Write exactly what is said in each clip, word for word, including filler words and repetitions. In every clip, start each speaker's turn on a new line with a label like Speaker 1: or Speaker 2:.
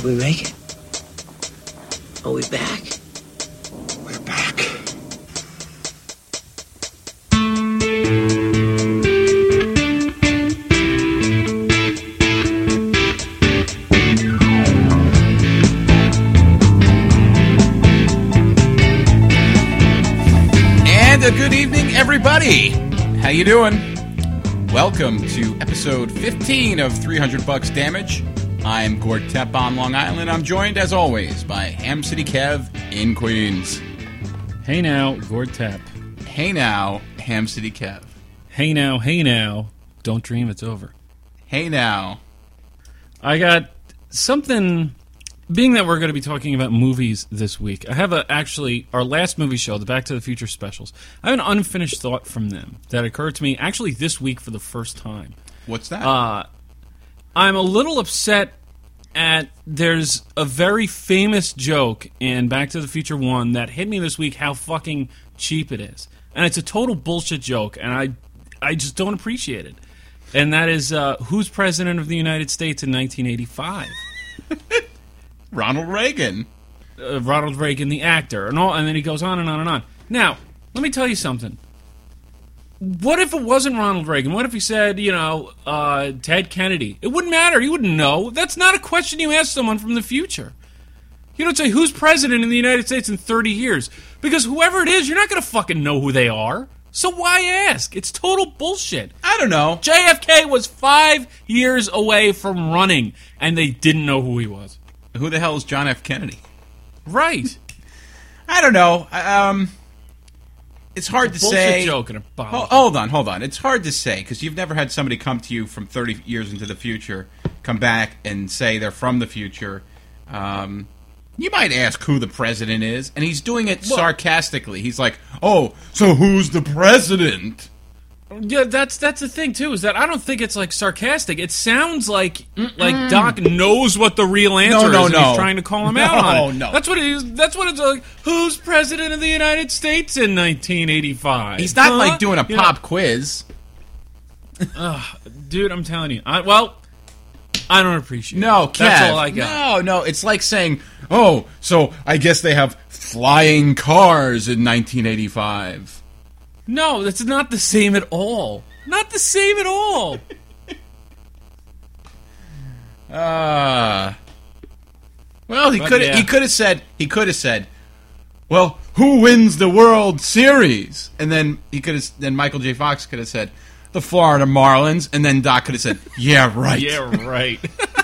Speaker 1: we make it? Are we back?
Speaker 2: We're back.
Speaker 3: And a good evening, everybody. How you doing? Welcome to episode fifteen of three hundred Bucks Damage. I'm Gord Tepp on Long Island. I'm joined, as always, by Ham City Kev in Queens.
Speaker 4: Hey now, Gord Tepp.
Speaker 3: Hey now, Ham City Kev.
Speaker 4: Hey now, hey now. Don't dream it's over.
Speaker 3: Hey now.
Speaker 4: I got something, being that we're going to be talking about movies this week, I have a, actually, our last movie show, the Back to the Future specials, I have an unfinished thought from them that occurred to me actually this week for the first time.
Speaker 3: What's that?
Speaker 4: Uh, I'm a little upset at, there's a very famous joke in Back to the Future one that hit me this week how fucking cheap it is. And it's a total bullshit joke, and I I just don't appreciate it. And that is, uh, who's president of the United States in nineteen eighty-five?
Speaker 3: Ronald Reagan.
Speaker 4: Uh, Ronald Reagan, the actor. And, all, and then he goes on and on and on. Now, let me tell you something. What if it wasn't Ronald Reagan? What if he said, you know, uh, Ted Kennedy? It wouldn't matter. He wouldn't know. That's not a question you ask someone from the future. You don't say, who's president in the United States in thirty years? Because whoever it is, you're not going to fucking know who they are. So why ask? It's total bullshit.
Speaker 3: I don't know.
Speaker 4: J F K was five years away from running, and they didn't know who he was.
Speaker 3: Who the hell is John F. Kennedy?
Speaker 4: Right.
Speaker 3: I don't know. Um... It's hard
Speaker 4: it's
Speaker 3: to
Speaker 4: a
Speaker 3: say.
Speaker 4: Joke in a bottle.
Speaker 3: Hold, hold on, hold on. It's hard to say because you've never had somebody come to you from thirty years into the future, come back and say they're from the future. Um, you might ask who the president is, and he's doing it
Speaker 4: well,
Speaker 3: sarcastically. He's like, "Oh, so who's the president?"
Speaker 4: Yeah, that's that's the thing too. Is that I don't think it's like sarcastic. It sounds like Mm-mm. like Doc knows what the real answer
Speaker 3: no, no,
Speaker 4: is,
Speaker 3: no.
Speaker 4: and he's trying to call him
Speaker 3: no,
Speaker 4: out on it.
Speaker 3: No,
Speaker 4: that's what it is. That's what it's like. Who's president of the United States in nineteen eighty-five?
Speaker 3: He's not
Speaker 4: huh?
Speaker 3: like doing a
Speaker 4: you
Speaker 3: pop
Speaker 4: know?
Speaker 3: quiz.
Speaker 4: Ugh, dude, I'm telling you. I, well, I don't appreciate.
Speaker 3: No,
Speaker 4: it.
Speaker 3: Kev,
Speaker 4: That's all I got.
Speaker 3: No, no. It's like saying, "Oh, so I guess they have flying cars in nineteen eighty-five."
Speaker 4: No, that's not the same at all. Not the same at all.
Speaker 3: Uh Well, he
Speaker 4: But,
Speaker 3: could
Speaker 4: yeah.
Speaker 3: he could have said he could have said, "Well, who wins the World Series?" And then he could have then Michael J. Fox could have said, "The Florida Marlins." And then Doc could have said, "Yeah, right."
Speaker 4: Yeah, right.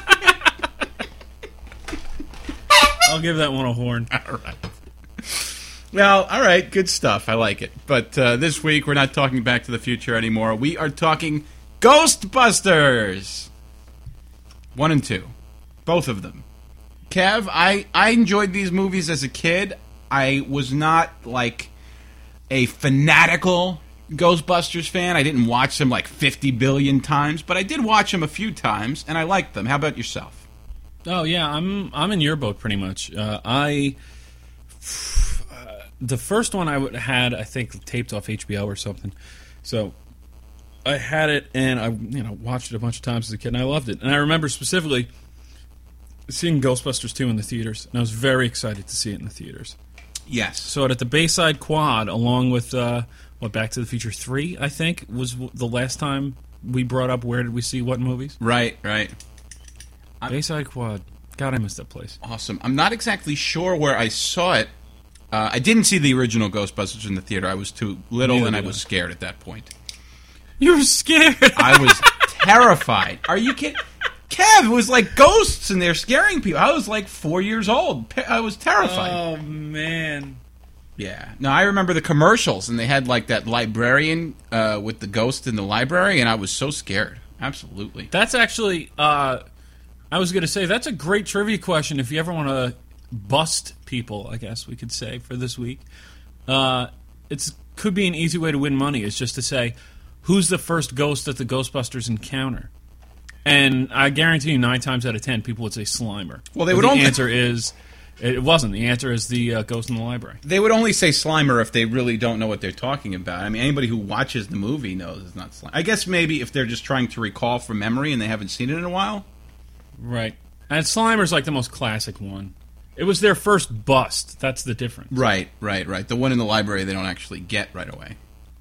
Speaker 4: I'll give that one a horn.
Speaker 3: All right. Well, all right, good stuff. I like it. But uh, this week we're not talking Back to the Future anymore. We are talking Ghostbusters. One and two. Both of them. Kev, I, I enjoyed these movies as a kid. I was not, like, a fanatical Ghostbusters fan. I didn't watch them, like, fifty billion times, but I did watch them a few times, and I liked them. How about yourself?
Speaker 4: Oh, yeah, I'm I'm in your boat pretty much. Uh, I... The first one I would, had, I think, taped off H B O or something. So I had it, and I you know watched it a bunch of times as a kid, and I loved it. And I remember specifically seeing Ghostbusters two in the theaters, and I was very excited to see it in the theaters.
Speaker 3: Yes.
Speaker 4: So at the Bayside Quad, along with, uh, what, Back to the Future three, I think, was the last time we brought up where did we see what movies?
Speaker 3: Right, right.
Speaker 4: Bayside Quad. God, I miss that place.
Speaker 3: Awesome. I'm not exactly sure where I saw it. Uh, I didn't see the original Ghostbusters in the theater. I was too little,
Speaker 4: Neither
Speaker 3: and I
Speaker 4: did
Speaker 3: was
Speaker 4: I.
Speaker 3: scared at that point.
Speaker 4: You were scared.
Speaker 3: I was terrified. Are you kidding? Kev, it was like ghosts, and they're scaring people. I was like four years old. Pe- I was terrified.
Speaker 4: Oh, man.
Speaker 3: Yeah. No, I remember the commercials, and they had like that librarian uh, with the ghost in the library, and I was so scared. Absolutely.
Speaker 4: That's actually, uh, I was going to say, that's a great trivia question if you ever want to bust people, I guess we could say, for this week. Uh, it's could be an easy way to win money, is just to say, who's the first ghost that the Ghostbusters encounter? And I guarantee you, nine times out of ten, people would say Slimer.
Speaker 3: Well, they
Speaker 4: But
Speaker 3: would
Speaker 4: the
Speaker 3: only...
Speaker 4: answer is, it wasn't. The answer is the uh, ghost in the library.
Speaker 3: They would only say Slimer if they really don't know what they're talking about. I mean, anybody who watches the movie knows it's not Slimer. I guess maybe if they're just trying to recall from memory and they haven't seen it in a while.
Speaker 4: Right. And Slimer's like the most classic one. It was their first bust. That's the difference.
Speaker 3: Right, right, right. The one in the library they don't actually get right away.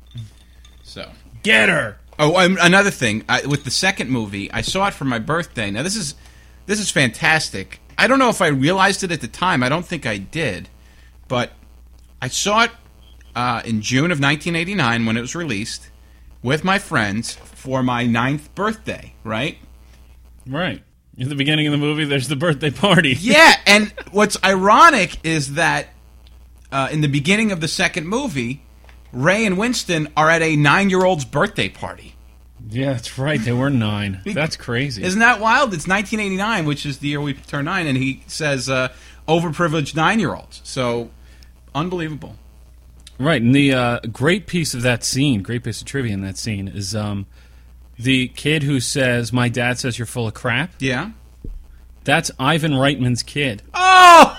Speaker 3: So
Speaker 4: get her.
Speaker 3: Oh, um, another thing I, with the second movie, I saw it for my birthday. Now this is this is fantastic. I don't know if I realized it at the time. I don't think I did, but I saw it uh, in June of nineteen eighty-nine when it was released with my friends for my ninth birthday. Right.
Speaker 4: Right. At the beginning of the movie, there's the birthday party.
Speaker 3: Yeah, and what's ironic is that uh, in the beginning of the second movie, Ray and Winston are at a nine-year-old's birthday party.
Speaker 4: Yeah, that's right. They were nine. That's crazy.
Speaker 3: Isn't that wild? It's nineteen eighty-nine, which is the year we turned nine, and he says uh, overprivileged nine-year-olds. So, unbelievable.
Speaker 4: Right, and the uh, great piece of that scene, great piece of trivia in that scene, is... Um, the kid who says, "My dad says you're full of crap."
Speaker 3: Yeah.
Speaker 4: That's Ivan Reitman's kid.
Speaker 3: Oh!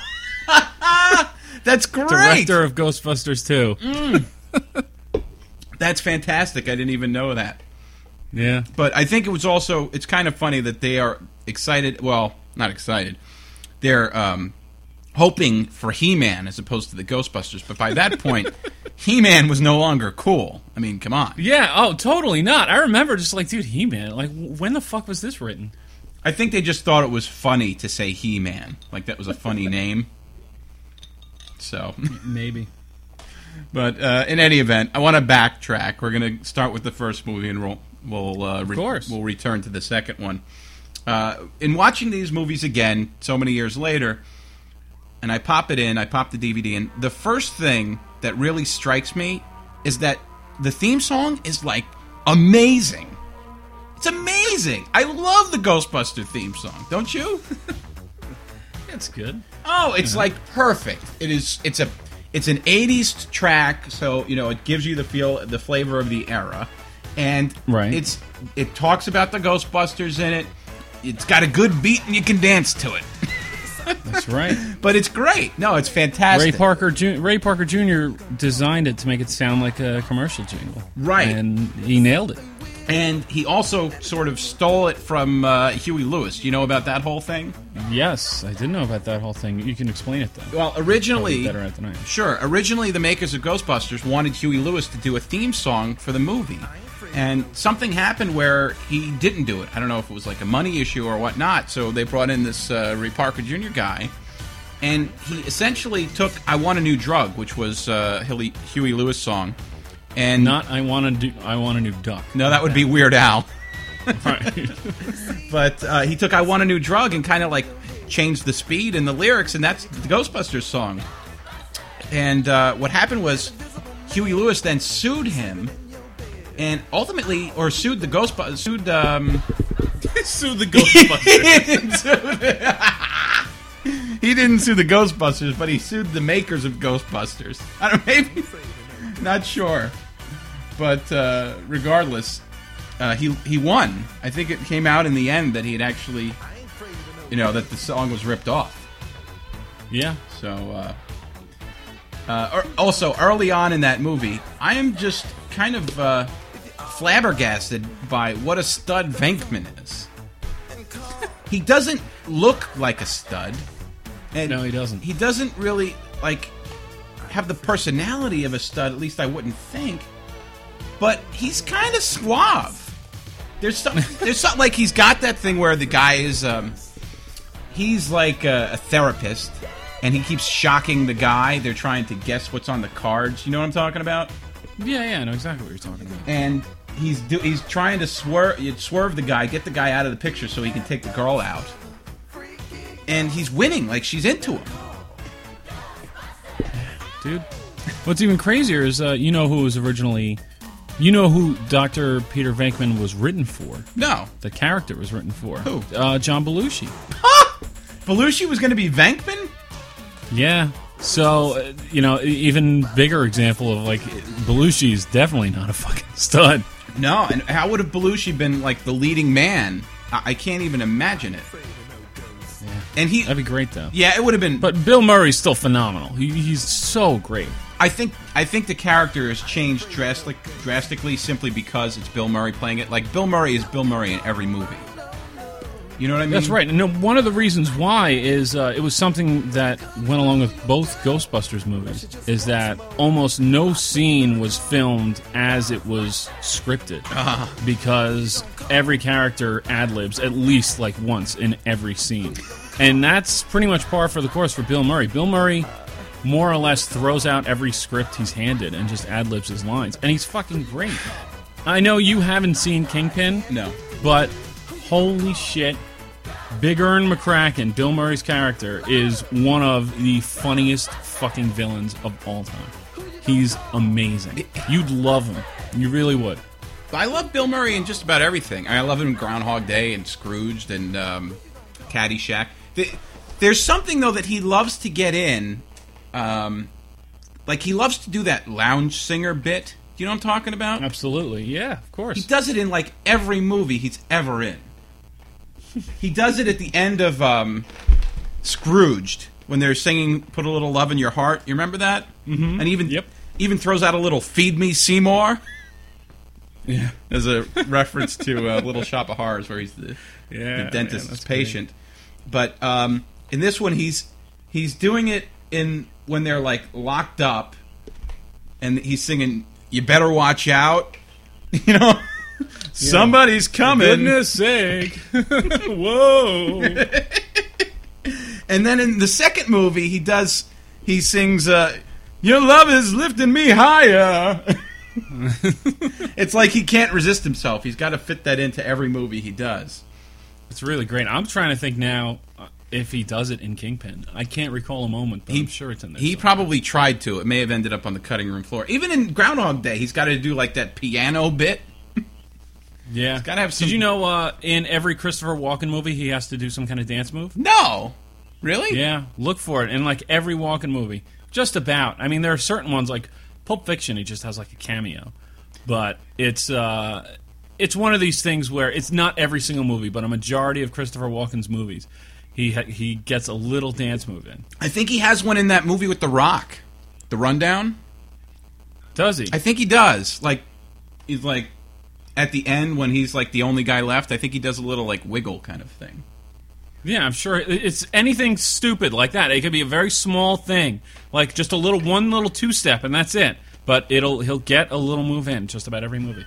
Speaker 3: That's great!
Speaker 4: Director of Ghostbusters two.
Speaker 3: Mm. That's fantastic. I didn't even know that.
Speaker 4: Yeah.
Speaker 3: But I think it was also, it's kind of funny that they are excited, well, not excited. They're um, hoping for He-Man as opposed to the Ghostbusters. But by that point, He-Man was no longer cool. I mean, come on.
Speaker 4: Yeah, oh, totally not. I remember just like, dude, He-Man. Like, when the fuck was this written?
Speaker 3: I think they just thought it was funny to say He-Man. Like, that was a funny name. So.
Speaker 4: Maybe.
Speaker 3: But uh, in any event, I want to backtrack. We're going to start with the first movie, and we'll, we'll, uh, re-
Speaker 4: of course.
Speaker 3: we'll return to the second one. Uh, in watching these movies again, so many years later, and I pop it in, I pop the D V D in, the first thing that really strikes me is that the theme song is, like, amazing. It's amazing. I love the Ghostbuster theme song, don't you?
Speaker 4: It's good.
Speaker 3: Oh, it's like perfect. It is. It's a. It's an eighties track, so you know it gives you the feel, the flavor of the era, and
Speaker 4: right.
Speaker 3: It's it talks about the Ghostbusters in it. It's got a good beat, and you can dance to it.
Speaker 4: That's right.
Speaker 3: But it's great. No, it's fantastic.
Speaker 4: Ray Parker, Ju- Ray Parker Junior designed it to make it sound like a commercial jingle,
Speaker 3: right?
Speaker 4: And he nailed it.
Speaker 3: And he also sort of stole it from uh, Huey Lewis. Do you know about that whole thing?
Speaker 4: Yes, I did know about that whole thing. You can explain it then.
Speaker 3: Well, originally,
Speaker 4: better at tonight.
Speaker 3: Sure. Originally, the makers of Ghostbusters wanted Huey Lewis to do a theme song for the movie, and something happened where he didn't do it. I don't know if it was like a money issue or whatnot. So they brought in this uh, Ray Parker Junior guy, and he essentially took "I Want a New Drug," which was uh, Huey, Huey Lewis song. And
Speaker 4: not I want to do I want a new duck.
Speaker 3: No, that would be Weird Al.
Speaker 4: Right.
Speaker 3: But uh, he took "I Want a New Drug" and kind of like changed the speed and the lyrics, and that's the Ghostbusters song. And uh, what happened was Huey Lewis then sued him, and ultimately, or sued the Ghostbusters, sued um,
Speaker 4: sued the Ghostbusters.
Speaker 3: he, didn't sue the, he didn't sue the Ghostbusters, but he sued the makers of Ghostbusters. I don't know, maybe. Not sure, but uh, regardless, uh, he he won. I think it came out in the end that he had actually, you know, that the song was ripped off.
Speaker 4: Yeah.
Speaker 3: So, uh, uh, also early on in that movie, I am just kind of uh, flabbergasted by what a stud Venkman is. He doesn't look like a stud. And
Speaker 4: no, he doesn't.
Speaker 3: He doesn't really like. have the personality of a stud, at least I wouldn't think, but he's kind of suave. There's something, there's something like he's got that thing where the guy is, um, he's like a, a therapist, and he keeps shocking the guy. They're trying to guess what's on the cards. You know what I'm talking about?
Speaker 4: Yeah, yeah, I know exactly what you're talking about.
Speaker 3: And he's do, he's trying to swerve, swerve the guy, get the guy out of the picture so he can take the girl out. And he's winning, like she's into him.
Speaker 4: Dude, what's even crazier is uh, you know who was originally, you know who Doctor Peter Venkman was written for.
Speaker 3: No,
Speaker 4: the character was written for.
Speaker 3: Who?
Speaker 4: Uh, John Belushi.
Speaker 3: Huh? Belushi was going to be Venkman?
Speaker 4: Yeah. So uh, you know, even bigger example of like Belushi is definitely not a fucking stud.
Speaker 3: No, and how would have Belushi been like the leading man? I, I can't even imagine it.
Speaker 4: Yeah.
Speaker 3: And he
Speaker 4: that'd be great though.
Speaker 3: Yeah, it would have been.
Speaker 4: But Bill Murray's still phenomenal. He, he's so great.
Speaker 3: I think I think the character has changed drastic, drastically simply because it's Bill Murray playing it. Like Bill Murray is Bill Murray in every movie. You know what I mean?
Speaker 4: That's right. And no, one of the reasons why is uh, it was something that went along with both Ghostbusters movies, is that almost no scene was filmed as it was scripted.
Speaker 3: Uh-huh.
Speaker 4: Because every character ad-libs at least like once in every scene. And that's pretty much par for the course for Bill Murray. Bill Murray more or less throws out every script he's handed and just ad-libs his lines. And he's fucking great. I know you haven't seen Kingpin.
Speaker 3: No.
Speaker 4: But holy shit, Big Ern McCracken, Bill Murray's character, is one of the funniest fucking villains of all time. He's amazing. You'd love him. You really would.
Speaker 3: I love Bill Murray in just about everything. I love him in Groundhog Day and Scrooged and um, Caddyshack. There's something, though, that he loves to get in. Um, like, he loves to do that lounge singer bit. Do you know what I'm talking about?
Speaker 4: Absolutely. Yeah, of course.
Speaker 3: He does it in, like, every movie he's ever in. He does it at the end of um, Scrooged, when they're singing "Put a Little Love in Your Heart." You remember that?
Speaker 4: Mm-hmm.
Speaker 3: And even
Speaker 4: yep.
Speaker 3: even throws out a little "Feed Me, Seymour."
Speaker 4: Yeah,
Speaker 3: as a reference to uh, Little Shop of Horrors, where he's the,
Speaker 4: yeah,
Speaker 3: the dentist's
Speaker 4: man,
Speaker 3: patient. Great. But um, in this one, he's he's doing it in when they're like locked up, and he's singing "You Better Watch Out," you know. Somebody's coming.
Speaker 4: For goodness sake. Whoa.
Speaker 3: And then in the second movie, he does, he sings, uh, "Your love is lifting me higher." It's like he can't resist himself. He's got to fit that into every movie he does.
Speaker 4: It's really great. I'm trying to think now uh, if he does it in Kingpin. I can't recall a moment, but
Speaker 3: he,
Speaker 4: I'm sure it's in there.
Speaker 3: He
Speaker 4: somewhere.
Speaker 3: probably tried to. It may have ended up on the cutting room floor. Even in Groundhog Day, he's got to do like that piano bit.
Speaker 4: Yeah.
Speaker 3: Gotta have some...
Speaker 4: Did you know uh, in every Christopher Walken movie he has to do some kind of dance move?
Speaker 3: No. Really?
Speaker 4: Yeah. Look for it in like every Walken movie. Just about. I mean, there are certain ones like Pulp Fiction, he just has like a cameo. But it's uh, it's one of these things where it's not every single movie, but a majority of Christopher Walken's movies, he ha- he gets a little dance move in.
Speaker 3: I think he has one in that movie with The Rock. The Rundown?
Speaker 4: Does he?
Speaker 3: I think he does. Like, he's like... At the end, when he's like the only guy left, I think he does a little like wiggle kind of thing.
Speaker 4: Yeah, I'm sure it's anything stupid like that. It could be a very small thing, like just a little one little two step, and that's it. But it'll he'll get a little move in just about every movie.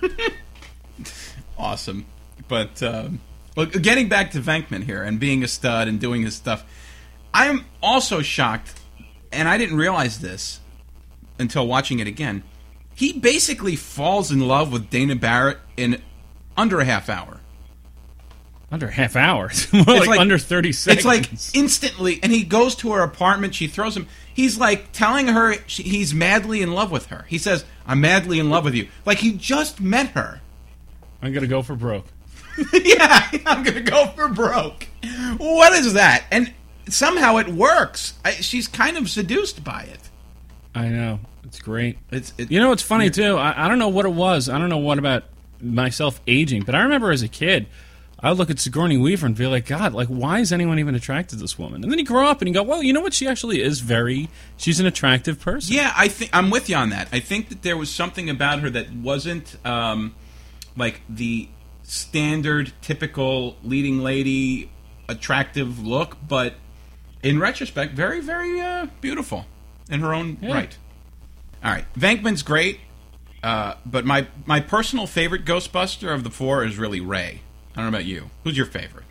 Speaker 3: Awesome, but um, well, getting back to Venkman here and being a stud and doing his stuff, I'm also shocked, and I didn't realize this until watching it again. He basically falls in love with Dana Barrett in under a half hour.
Speaker 4: Under a half hour? More like,
Speaker 3: like
Speaker 4: under thirty seconds.
Speaker 3: It's like instantly, and he goes to her apartment, she throws him, he's like telling her she, he's madly in love with her. He says, "I'm madly in love with you." Like he just met her.
Speaker 4: I'm going to go for broke.
Speaker 3: Yeah, I'm going to go for broke. What is that? And somehow it works. I, she's kind of seduced by it.
Speaker 4: I know. It's great.
Speaker 3: It's, it,
Speaker 4: you know what's funny, too? I, I don't know what it was. I don't know what about myself aging, but I remember as a kid, I would look at Sigourney Weaver and be like, God, like, why is anyone even attracted to this woman? And then you grow up and you go, well, you know what? She actually is very, she's an attractive person.
Speaker 3: Yeah, I think I'm with you on that. I think that there was something about her that wasn't um, like the standard, typical leading lady, attractive look, but in retrospect, very, very uh, beautiful in her own
Speaker 4: yeah.
Speaker 3: right. All right, Venkman's great, uh, but my, my personal favorite Ghostbuster of the four is really Ray. I don't know about you. Who's your favorite?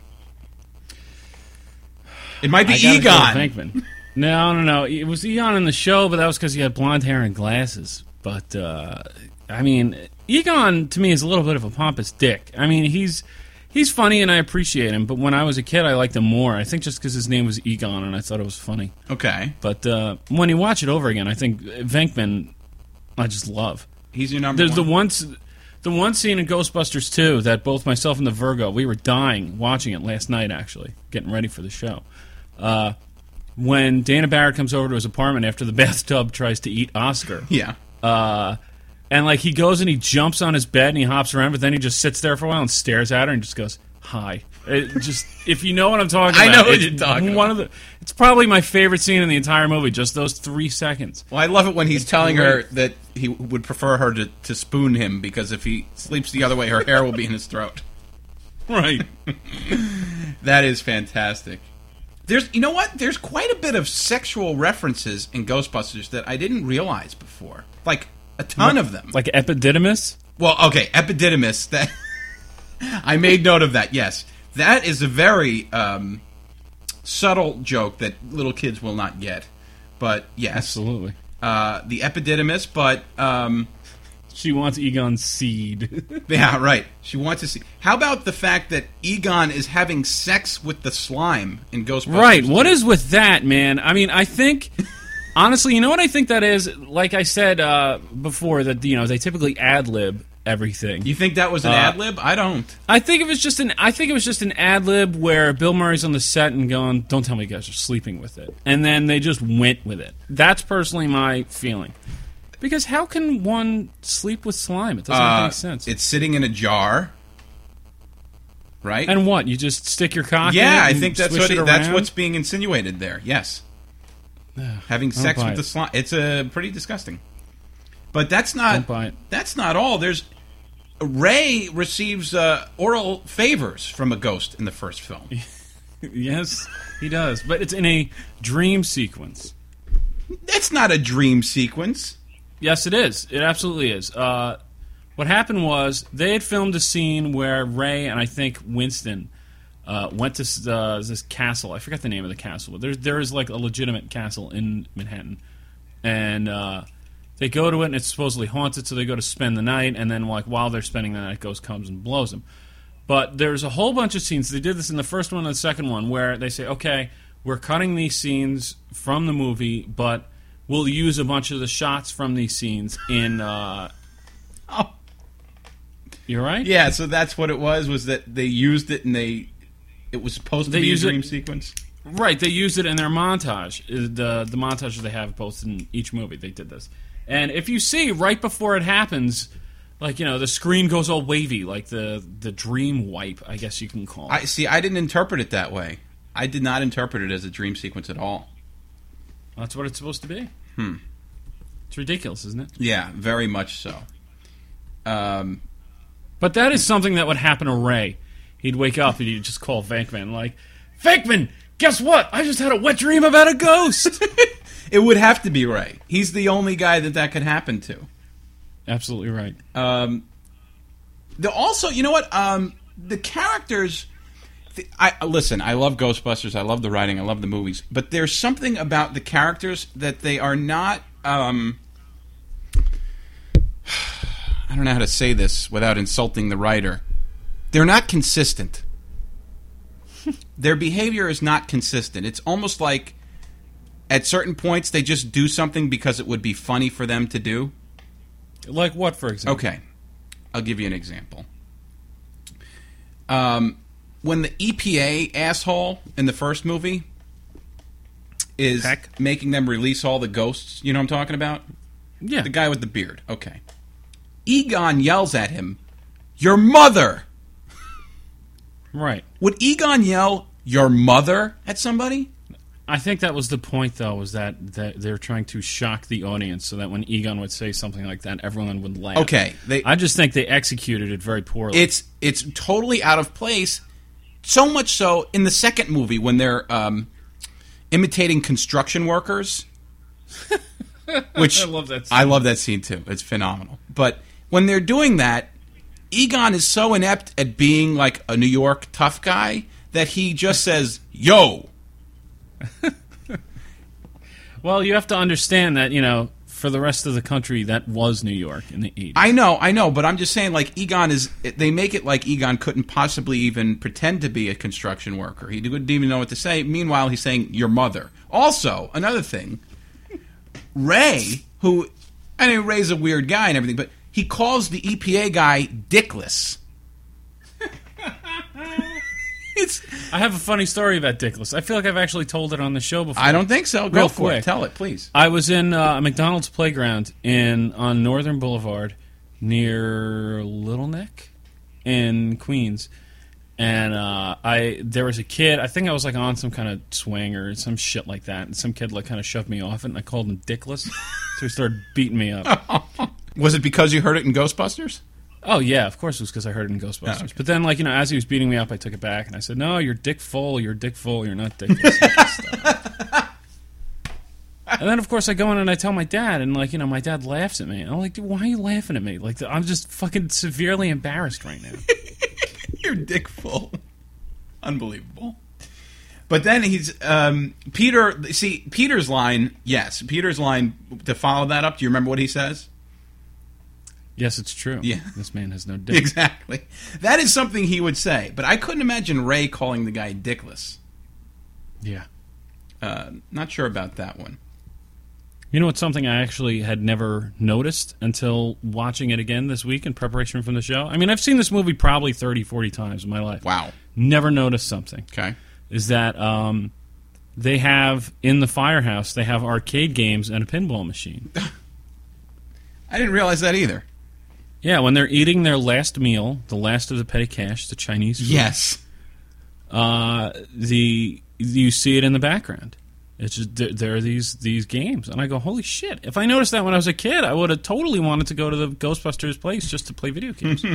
Speaker 3: It might be
Speaker 4: I gotta
Speaker 3: Egon.
Speaker 4: go with Venkman. No, no, no. It was Egon in the show, but that was because he had blonde hair and glasses. But, uh, I mean, Egon, to me, is a little bit of a pompous dick. I mean, he's he's funny and I appreciate him, but when I was a kid, I liked him more. I think just because his name was Egon and I thought it was funny.
Speaker 3: Okay.
Speaker 4: But uh, when you watch it over again, I think Venkman, I just love.
Speaker 3: He's your number
Speaker 4: There's
Speaker 3: one?
Speaker 4: the once... The one scene in Ghostbusters two that both myself and the Virgo, we were dying watching it last night, actually, getting ready for the show. Uh, when Dana Barrett comes over to his apartment after the bathtub tries to eat Oscar.
Speaker 3: Yeah.
Speaker 4: Uh, and, like, he goes and he jumps on his bed and he hops around, but then he just sits there for a while and stares at her and just goes, hi. It just, if you know what I'm talking
Speaker 3: I
Speaker 4: about.
Speaker 3: know what
Speaker 4: it's
Speaker 3: you're talking
Speaker 4: one Of the, it's probably my favorite scene in the entire movie, just those three seconds.
Speaker 3: Well, I love it when he's
Speaker 4: It's
Speaker 3: telling
Speaker 4: great.
Speaker 3: her that he would prefer her to, to spoon him because if he sleeps the other way, her hair will be in his throat.
Speaker 4: Right.
Speaker 3: That is fantastic. There's, you know what? There's quite a bit of sexual references in Ghostbusters that I didn't realize before. Like, a ton
Speaker 4: What,
Speaker 3: of them.
Speaker 4: Like Epididymis?
Speaker 3: Well, okay, Epididymis. That I made note of that, yes. That is a very um, subtle joke that little kids will not get. But, yes.
Speaker 4: Absolutely.
Speaker 3: Uh, the Epididymis, but... Um,
Speaker 4: She wants Egon's seed.
Speaker 3: yeah, right. She wants to see... How about the fact that Egon is having sex with the slime in Ghostbusters?
Speaker 4: Right. What is with that, man? I mean, I think... Honestly, you know what I think that is? Like I said uh, before, that you know they typically ad-lib everything.
Speaker 3: You think that was an
Speaker 4: Uh,
Speaker 3: ad-lib? I don't.
Speaker 4: I think it was just an. I think it was just an ad lib where Bill Murray's on the set and going, "Don't tell me you guys are sleeping with it," and then they just went with it. That's personally my feeling. Because how can one sleep with slime? It doesn't
Speaker 3: Uh,
Speaker 4: make any sense.
Speaker 3: It's sitting in a jar, right?
Speaker 4: And what? You just stick your cock in it?
Speaker 3: yeah, I
Speaker 4: and
Speaker 3: think that's
Speaker 4: swish
Speaker 3: what
Speaker 4: it
Speaker 3: it, that's
Speaker 4: around?
Speaker 3: what's being insinuated there. Yes, having sex
Speaker 4: buy
Speaker 3: with
Speaker 4: it.
Speaker 3: the slime. It's uh, pretty disgusting. But that's not.
Speaker 4: Don't buy it.
Speaker 3: That's not all. There's Ray receives uh, oral favors from a ghost in the first film.
Speaker 4: Yes, he does. But it's in a dream sequence.
Speaker 3: That's not a dream sequence.
Speaker 4: Yes, it is. It absolutely is. Uh, what happened was they had filmed a scene where Ray and I think Winston uh, went to uh, this castle. I forgot the name of the castle, but there there is like a legitimate castle in Manhattan, and uh, they go to it and it's supposedly haunted. So they go to spend the night, and then like while they're spending the night, ghost comes and blows them. But there's a whole bunch of scenes. They did this in the first one and the second one where they say, okay, we're cutting these scenes from the movie, but we'll use a bunch of the shots from these scenes in... Uh...
Speaker 3: Oh.
Speaker 4: You're right?
Speaker 3: Yeah, so that's what it was, was that they used it and they... It was supposed to
Speaker 4: They
Speaker 3: be a
Speaker 4: use it-
Speaker 3: dream sequence?
Speaker 4: Right, they used it in their montage. Uh, The, the montage they have posted in each movie, they did this. And if you see, right before it happens, like, you know, the screen goes all wavy, like the, the dream wipe, I guess you can call it.
Speaker 3: I see, I didn't interpret it that way. I did not interpret it as a dream sequence at all.
Speaker 4: That's what it's supposed to be.
Speaker 3: Hmm.
Speaker 4: It's ridiculous, isn't it?
Speaker 3: Yeah, very much so. Um,
Speaker 4: But that is something that would happen to Ray. He'd wake up and he'd just call Venkman like, Venkman, guess what? I just had a wet dream about a ghost.
Speaker 3: it would have to be Ray. He's the only guy that that could happen to.
Speaker 4: Absolutely right.
Speaker 3: Um, the also, you know what? Um, the characters. The, I listen. I love Ghostbusters. I love the writing. I love the movies. But there's something about the characters that they are not. Um, I don't know how to say this without insulting the writer. They're not consistent. Their behavior is not consistent. It's almost like at certain points they just do something because it would be funny for them to do.
Speaker 4: Like what, for example?
Speaker 3: Okay. I'll give you an example. Um, when the E P A asshole in the first movie is
Speaker 4: Peck?
Speaker 3: making them release all the ghosts, you know what I'm talking about?
Speaker 4: Yeah.
Speaker 3: The guy with the beard. Okay. Egon yells at him, "Your mother!"
Speaker 4: Right.
Speaker 3: Would Egon yell, "Your mother" at somebody?
Speaker 4: I think that was the point, though, was that, that they're trying to shock the audience so that when Egon would say something like that, everyone would laugh.
Speaker 3: Okay. They,
Speaker 4: I just think they executed it very poorly.
Speaker 3: It's it's totally out of place. So much so in the second movie when they're um, imitating construction workers, which
Speaker 4: I love that scene.
Speaker 3: I love that scene too. It's phenomenal. But when they're doing that, Egon is so inept at being like a New York tough guy that he just says "yo."
Speaker 4: Well, you have to understand that, you know, for the rest of the country, that was New York in the eighties.
Speaker 3: I know, I know, but I'm just saying, like, Egon is... They make it like Egon couldn't possibly even pretend to be a construction worker. He didn't even know what to say. Meanwhile, he's saying, "Your mother." Also, another thing, Ray, who... I mean, Ray's a weird guy and everything, but he calls the E P A guy Dickless. It's...
Speaker 4: I have a funny story about Dickless. I feel like I've actually told it on the show before.
Speaker 3: I don't think so. Go
Speaker 4: Real
Speaker 3: for it.
Speaker 4: quick.
Speaker 3: Tell it, please.
Speaker 4: I was in uh, a McDonald's playground in on Northern Boulevard near Little Neck in Queens, and uh, I there was a kid. I think I was like on some kind of swing or some shit like that, and some kid like kind of shoved me off it, and I called him Dickless, so he started beating me up.
Speaker 3: Was it because you heard it in Ghostbusters?
Speaker 4: Oh, yeah, of course it was because I heard it in Ghostbusters.
Speaker 3: Oh, okay.
Speaker 4: But then, like, you know, as he was beating me up, I took it back, and I said, no, you're Dick Full, you're Dick Full, you're not Dickless. And then, of course, I go in and I tell my dad, and, like, you know, my dad laughs at me. I'm like, dude, why are you laughing at me? Like, I'm just fucking severely embarrassed right now.
Speaker 3: You're Dick Full. Unbelievable. But then he's, um, Peter, see, Peter's line, yes, Peter's line, to follow that up, do you remember what he says?
Speaker 4: Yes, it's true.
Speaker 3: Yeah.
Speaker 4: This man has no dick.
Speaker 3: Exactly. That is something he would say. But I couldn't imagine Ray calling the guy dickless.
Speaker 4: Yeah.
Speaker 3: Uh, not sure about that one.
Speaker 4: You know what's something I actually had never noticed until watching it again this week in preparation from the show? I mean, I've seen this movie probably thirty, forty times in my life.
Speaker 3: Wow.
Speaker 4: Never noticed something.
Speaker 3: Okay.
Speaker 4: Is that um, they have, in the firehouse, they have arcade games and a pinball machine.
Speaker 3: I didn't realize that either.
Speaker 4: Yeah, when they're eating their last meal, the last of the petty cash, the Chinese food,
Speaker 3: Yes.
Speaker 4: uh, the you see it in the background. It's just there, there are these these games, and I go, holy shit! If I noticed that when I was a kid, I would have totally wanted to go to the Ghostbusters place just to play video games.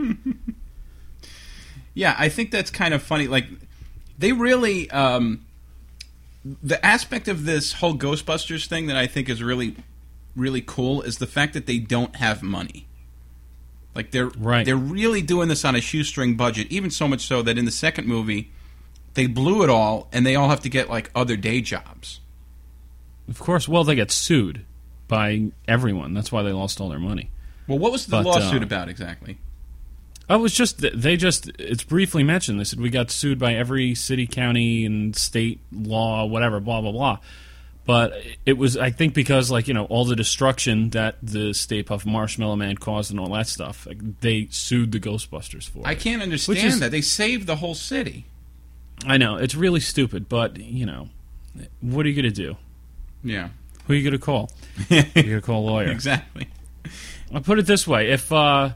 Speaker 3: Yeah, I think that's kind of funny. Like, they really, um, the aspect of this whole Ghostbusters thing that I think is really, really cool is the fact that they don't have money. Like, they're
Speaker 4: Right.
Speaker 3: they're really doing this on a shoestring budget, even so much so that in the second movie, they blew it all, and they all have to get, like, other day jobs.
Speaker 4: Of course, well, they get sued by everyone. That's why they lost all their money.
Speaker 3: Well, what was the
Speaker 4: But,
Speaker 3: lawsuit
Speaker 4: uh,
Speaker 3: about exactly?
Speaker 4: Oh, it was just they just it's briefly mentioned. They said we got sued by every city, county, and state law, whatever, blah blah blah. But it was, I think, because like you know all the destruction that the Stay Puft Marshmallow Man caused and all that stuff. Like, they sued the Ghostbusters for it.
Speaker 3: I can't understand
Speaker 4: is-
Speaker 3: that. They saved the whole city.
Speaker 4: I know it's really stupid, but you know, what are you going to do?
Speaker 3: Yeah.
Speaker 4: Who are you going to call? You're going to call a lawyer.
Speaker 3: Exactly.
Speaker 4: I'll put it this way: if uh,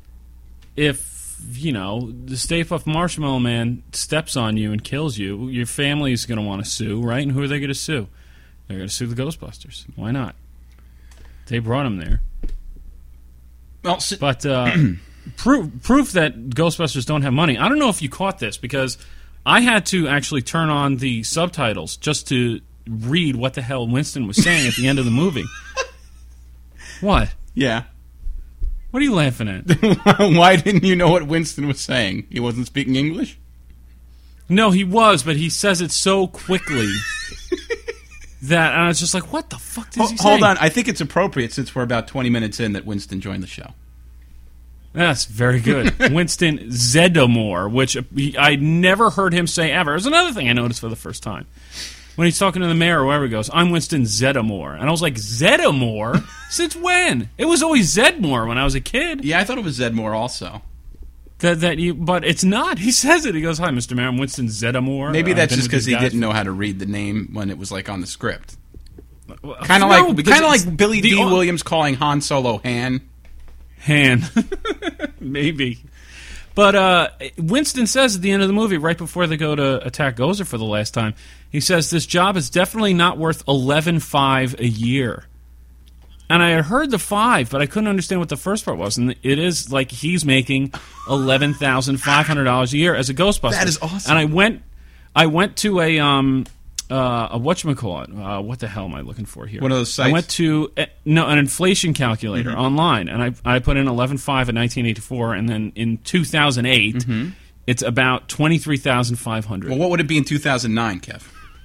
Speaker 4: if you know the Stay Puft Marshmallow Man steps on you and kills you, your family's going to want to sue, right? And who are they going to sue? They're going to sue the Ghostbusters. Why not? They brought him there.
Speaker 3: Well, si-
Speaker 4: But uh, proof proof that Ghostbusters don't have money. I don't know if you caught this because I had to actually turn on the subtitles just to read what the hell Winston was saying at the end of the movie. What?
Speaker 3: yeah.
Speaker 4: What are you laughing at?
Speaker 3: Why didn't you know what Winston was saying? He wasn't speaking English?
Speaker 4: No, he was, but he says it so quickly that I was just like, what the fuck does he say?
Speaker 3: Hold on. I think it's appropriate since we're about twenty minutes in that Winston joined the show.
Speaker 4: That's very good. Winston Zeddemore, which I never heard him say ever. There's another thing I noticed for the first time. When he's talking to the mayor or whoever he goes, I'm Winston Zeddemore. And I was like, Zeddemore? Since when? It was always Zedmore when I was a kid.
Speaker 3: Yeah, I thought it was Zedmore also.
Speaker 4: That that you, But it's not. He says it. He goes, hi, Mister Mayor, I'm Winston Zeddemore.
Speaker 3: Maybe
Speaker 4: I've
Speaker 3: that's
Speaker 4: been
Speaker 3: just
Speaker 4: with
Speaker 3: because
Speaker 4: these
Speaker 3: he
Speaker 4: guys
Speaker 3: didn't
Speaker 4: for-
Speaker 3: know how to read the name when it was like on the script.
Speaker 4: Well,
Speaker 3: Kind of
Speaker 4: no,
Speaker 3: like
Speaker 4: because
Speaker 3: kind of
Speaker 4: it's
Speaker 3: like Billy
Speaker 4: the
Speaker 3: D.
Speaker 4: o-
Speaker 3: Williams calling Han Solo Han.
Speaker 4: Han. Maybe. But uh, Winston says at the end of the movie, right before they go to attack Gozer for the last time, he says, this job is definitely not worth eleven five a year. And I had heard the five, but I couldn't understand what the first part was. And it is like he's making eleven thousand five hundred dollars a year as a Ghostbuster.
Speaker 3: That is awesome.
Speaker 4: And I went, I went to a... Um, Uh, a whatchamacallit. Uh, what the hell am I looking for here?
Speaker 3: One of those sites?
Speaker 4: I went to uh, no an inflation calculator
Speaker 3: Mm-hmm.
Speaker 4: online, and I I put in eleven five in nineteen eighty-four, and then in two thousand eight,
Speaker 3: Mm-hmm.
Speaker 4: it's about twenty three thousand five hundred.
Speaker 3: Well, what would it be in two thousand nine, Kev?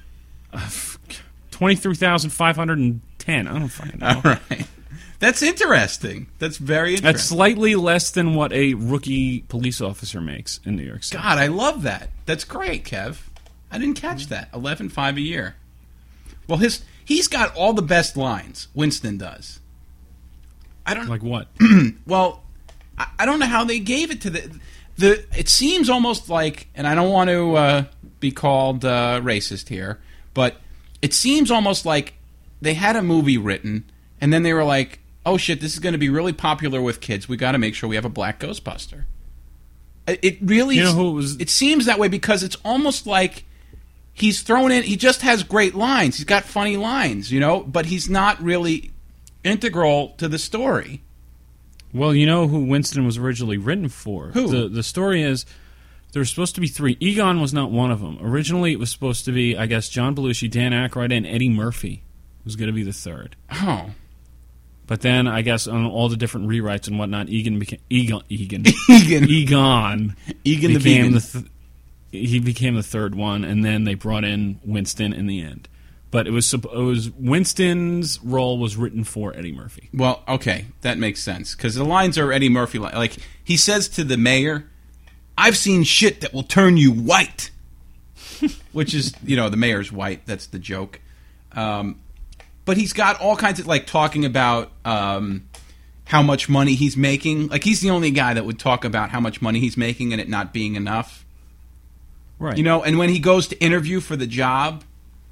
Speaker 4: Twenty three thousand five hundred and ten. I don't fucking know.
Speaker 3: All right. That's interesting. That's very interesting.
Speaker 4: That's slightly less than what a rookie police officer makes in New York City.
Speaker 3: God, I love that. That's great, Kev. I didn't catch that. eleven five a year. Well, his he's got all the best lines. Winston does. I don't
Speaker 4: Like what?
Speaker 3: Well, I, I don't know how they gave it to the the. It seems almost like, and I don't want to uh, be called uh, racist here, but it seems almost like they had a movie written, and then they were like, "Oh shit, this is going to be really popular with kids. We got to make sure we have a black Ghostbuster." It, it really,
Speaker 4: You know who it was-
Speaker 3: it seems that way because it's almost like he's thrown in. He just has great lines. He's got funny lines, you know, but he's not really integral to the story.
Speaker 4: Well, you know who Winston was originally written for?
Speaker 3: Who?
Speaker 4: The, the story is there were supposed to be three. Egon was not one of them. Originally, it was supposed to be, I guess, John Belushi, Dan Aykroyd, and Eddie Murphy was going to be the third.
Speaker 3: Oh.
Speaker 4: But then, I guess, on all the different rewrites and whatnot, Egan became Egon. Egan.
Speaker 3: Egan.
Speaker 4: Egon.
Speaker 3: Egan the
Speaker 4: became
Speaker 3: vegan.
Speaker 4: the th- he became the third one, and then they brought in Winston in the end. But it was supp- it was Winston's role was written for Eddie Murphy.
Speaker 3: Well, okay, that makes sense because the lines are Eddie Murphy. li- Like he says to the mayor, "I've seen shit that will turn you white," which is, you know, the mayor's white. That's the joke. Um, but he's got all kinds of like talking about um, how much money he's making. Like he's the only guy that would talk about how much money he's making and it not being enough.
Speaker 4: Right.
Speaker 3: You know, and when he goes to interview for the job.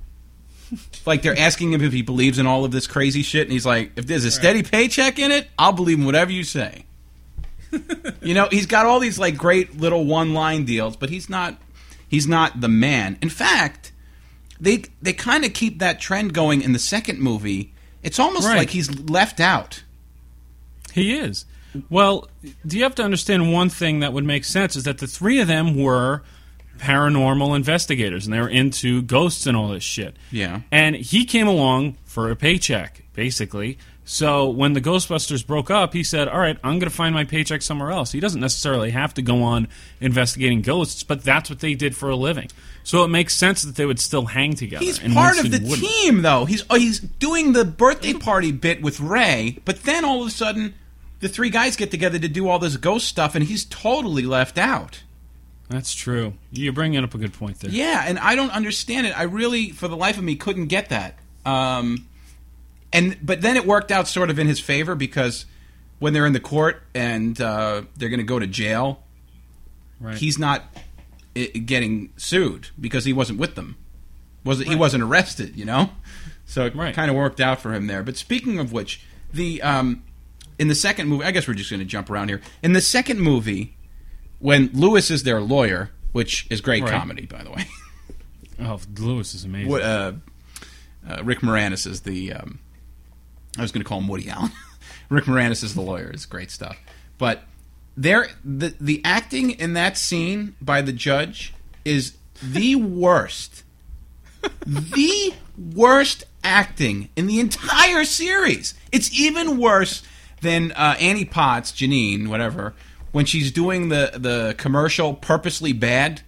Speaker 3: Like, they're asking him if he believes in all of this crazy shit, and he's like, if there's a steady paycheck in it, I'll believe in whatever you say. You know, he's got all these, like, great little one-line deals, but he's not he's not the man. In fact, they they kind of keep that trend going in the second movie. It's almost
Speaker 4: Right.
Speaker 3: like he's left out.
Speaker 4: He is. Well, do you have to understand one thing that would make sense is that the three of them were paranormal investigators, and they were into ghosts and all this shit.
Speaker 3: Yeah.
Speaker 4: And he came along for a paycheck, basically. So when the Ghostbusters broke up, he said, all right, I'm going to find my paycheck somewhere else. He doesn't necessarily have to go on investigating ghosts, but that's what they did for a living. So it makes sense that they would still hang together.
Speaker 3: He's
Speaker 4: and
Speaker 3: part of
Speaker 4: Winston
Speaker 3: the
Speaker 4: wouldn't.
Speaker 3: team, though. He's oh, he's doing the birthday party bit with Ray, but then all of a sudden, the three guys get together to do all this ghost stuff, and he's totally left out.
Speaker 4: That's true. You're bringing up a good point there.
Speaker 3: Yeah, and I don't understand it. I really, for the life of me, couldn't get that. Um, and but then it worked out sort of in his favor because when they're in the court and uh, they're going to go to jail,
Speaker 4: Right.
Speaker 3: he's not I- getting sued because he wasn't with them. Was he
Speaker 4: Right.
Speaker 3: wasn't arrested? You know, so it
Speaker 4: Right.
Speaker 3: kind of worked out for him there. But speaking of which, the um, in the second movie, I guess we're just going to jump around here. In the second movie, when Lewis is their lawyer, which is great
Speaker 4: Right.
Speaker 3: comedy, by the way.
Speaker 4: Oh, Lewis is amazing.
Speaker 3: What, uh, uh, Rick Moranis is the. Um, I was going to call him Woody Allen. Rick Moranis is the lawyer. It's great stuff. But there, the the acting in that scene by the judge is the worst. The worst acting in the entire series. It's even worse than uh, Annie Potts, Janine, whatever, when she's doing the the commercial Purposely Bad.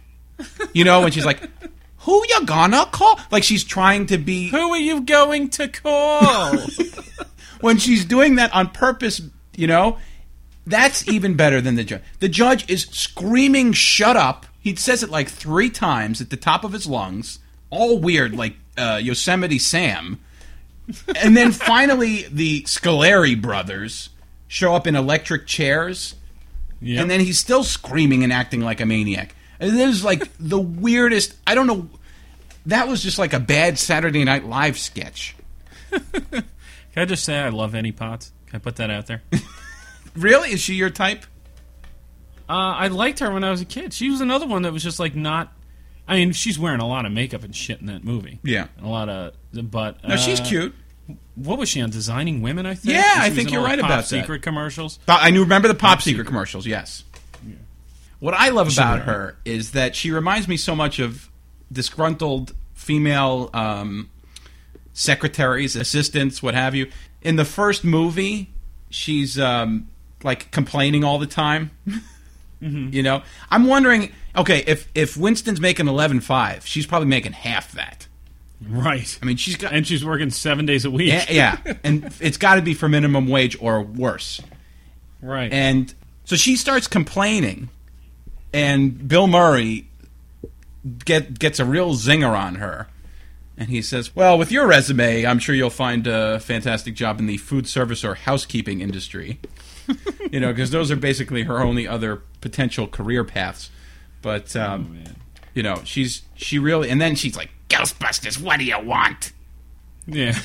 Speaker 3: You know, when she's like, who you gonna call? Like she's trying to be...
Speaker 4: Who are you going to call?
Speaker 3: When she's doing that on purpose, you know, that's even better than the judge. The judge is screaming, shut up. He says it like three times at the top of his lungs, all weird, like uh, Yosemite Sam. And then finally the Scoleri brothers show up in electric chairs,
Speaker 4: Yep.
Speaker 3: and then he's still screaming and acting like a maniac. And this is like the weirdest, I don't know, that was just like a bad Saturday Night Live sketch.
Speaker 4: Can I just say I love Annie Potts? Can I put that out there?
Speaker 3: Really? Is she your type?
Speaker 4: Uh, I liked her when I was a kid. She was another one that was just like not. I mean, she's wearing a lot of makeup and shit in that movie.
Speaker 3: Yeah.
Speaker 4: A lot of, but
Speaker 3: No, she's
Speaker 4: uh,
Speaker 3: cute.
Speaker 4: What was she on? Designing Women, I think.
Speaker 3: Yeah,
Speaker 4: And she
Speaker 3: I
Speaker 4: was
Speaker 3: think
Speaker 4: in
Speaker 3: you're
Speaker 4: all the
Speaker 3: right
Speaker 4: Pop
Speaker 3: about that.
Speaker 4: Secret commercials.
Speaker 3: But I knew remember the Pop,
Speaker 4: Pop
Speaker 3: Secret
Speaker 4: Secret.
Speaker 3: commercials, yes. What I love
Speaker 4: Should
Speaker 3: about
Speaker 4: wear
Speaker 3: her is that she reminds me so much of disgruntled female um, secretaries, assistants, what have you. In the first movie, she's um, like complaining all the time.
Speaker 4: Mm-hmm.
Speaker 3: You know, I'm wondering. Okay, if if Winston's making eleven five, she's probably making half that.
Speaker 4: Right.
Speaker 3: I mean, she's got
Speaker 4: And she's working seven days a week.
Speaker 3: yeah, yeah, and it's got to be for minimum wage or worse.
Speaker 4: Right.
Speaker 3: And so she starts complaining, and Bill Murray get, gets a real zinger on her. And he says, well, with your resume, I'm sure you'll find a fantastic job in the food service or housekeeping industry. You know, because those are basically her only other potential career paths. But, um,
Speaker 4: Oh, man.
Speaker 3: you know, she's she really... And then she's like, Ghostbusters, what do you want?
Speaker 4: Yeah.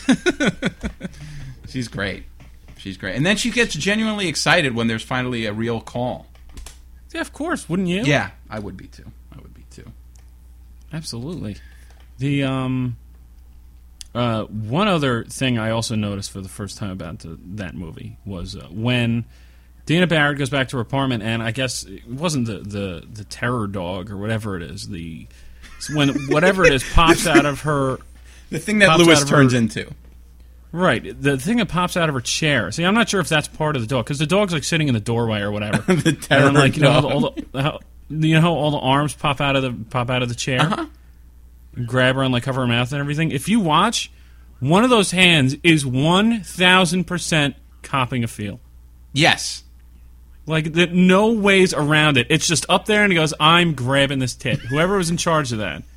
Speaker 3: She's great. She's great. And then she gets genuinely excited when there's finally a real call.
Speaker 4: Yeah, of course. Wouldn't you?
Speaker 3: Yeah, I would be too. I would be too.
Speaker 4: Absolutely. The um, Uh, one other thing I also noticed for the first time about the, that movie was uh, when Dana Barrett goes back to her apartment, and I guess it wasn't the, the, the terror dog or whatever it is. The when whatever it is pops out of her.
Speaker 3: The thing that Lewis turns her, into.
Speaker 4: Right. The thing that pops out of her chair. See, I'm not sure if that's part of the dog, because the dog's like sitting in the doorway or whatever.
Speaker 3: the terror
Speaker 4: and then, like, you know,
Speaker 3: dog.
Speaker 4: how the, all the, how, you know how all the arms pop out of the pop out of the chair?
Speaker 3: Uh-huh.
Speaker 4: Grab her and like cover her mouth and everything. If you watch, one of those hands is one thousand percent copping a feel.
Speaker 3: Yes.
Speaker 4: Like, the, no ways around it. It's just up there and he goes, I'm grabbing this tit. Whoever was in charge of that.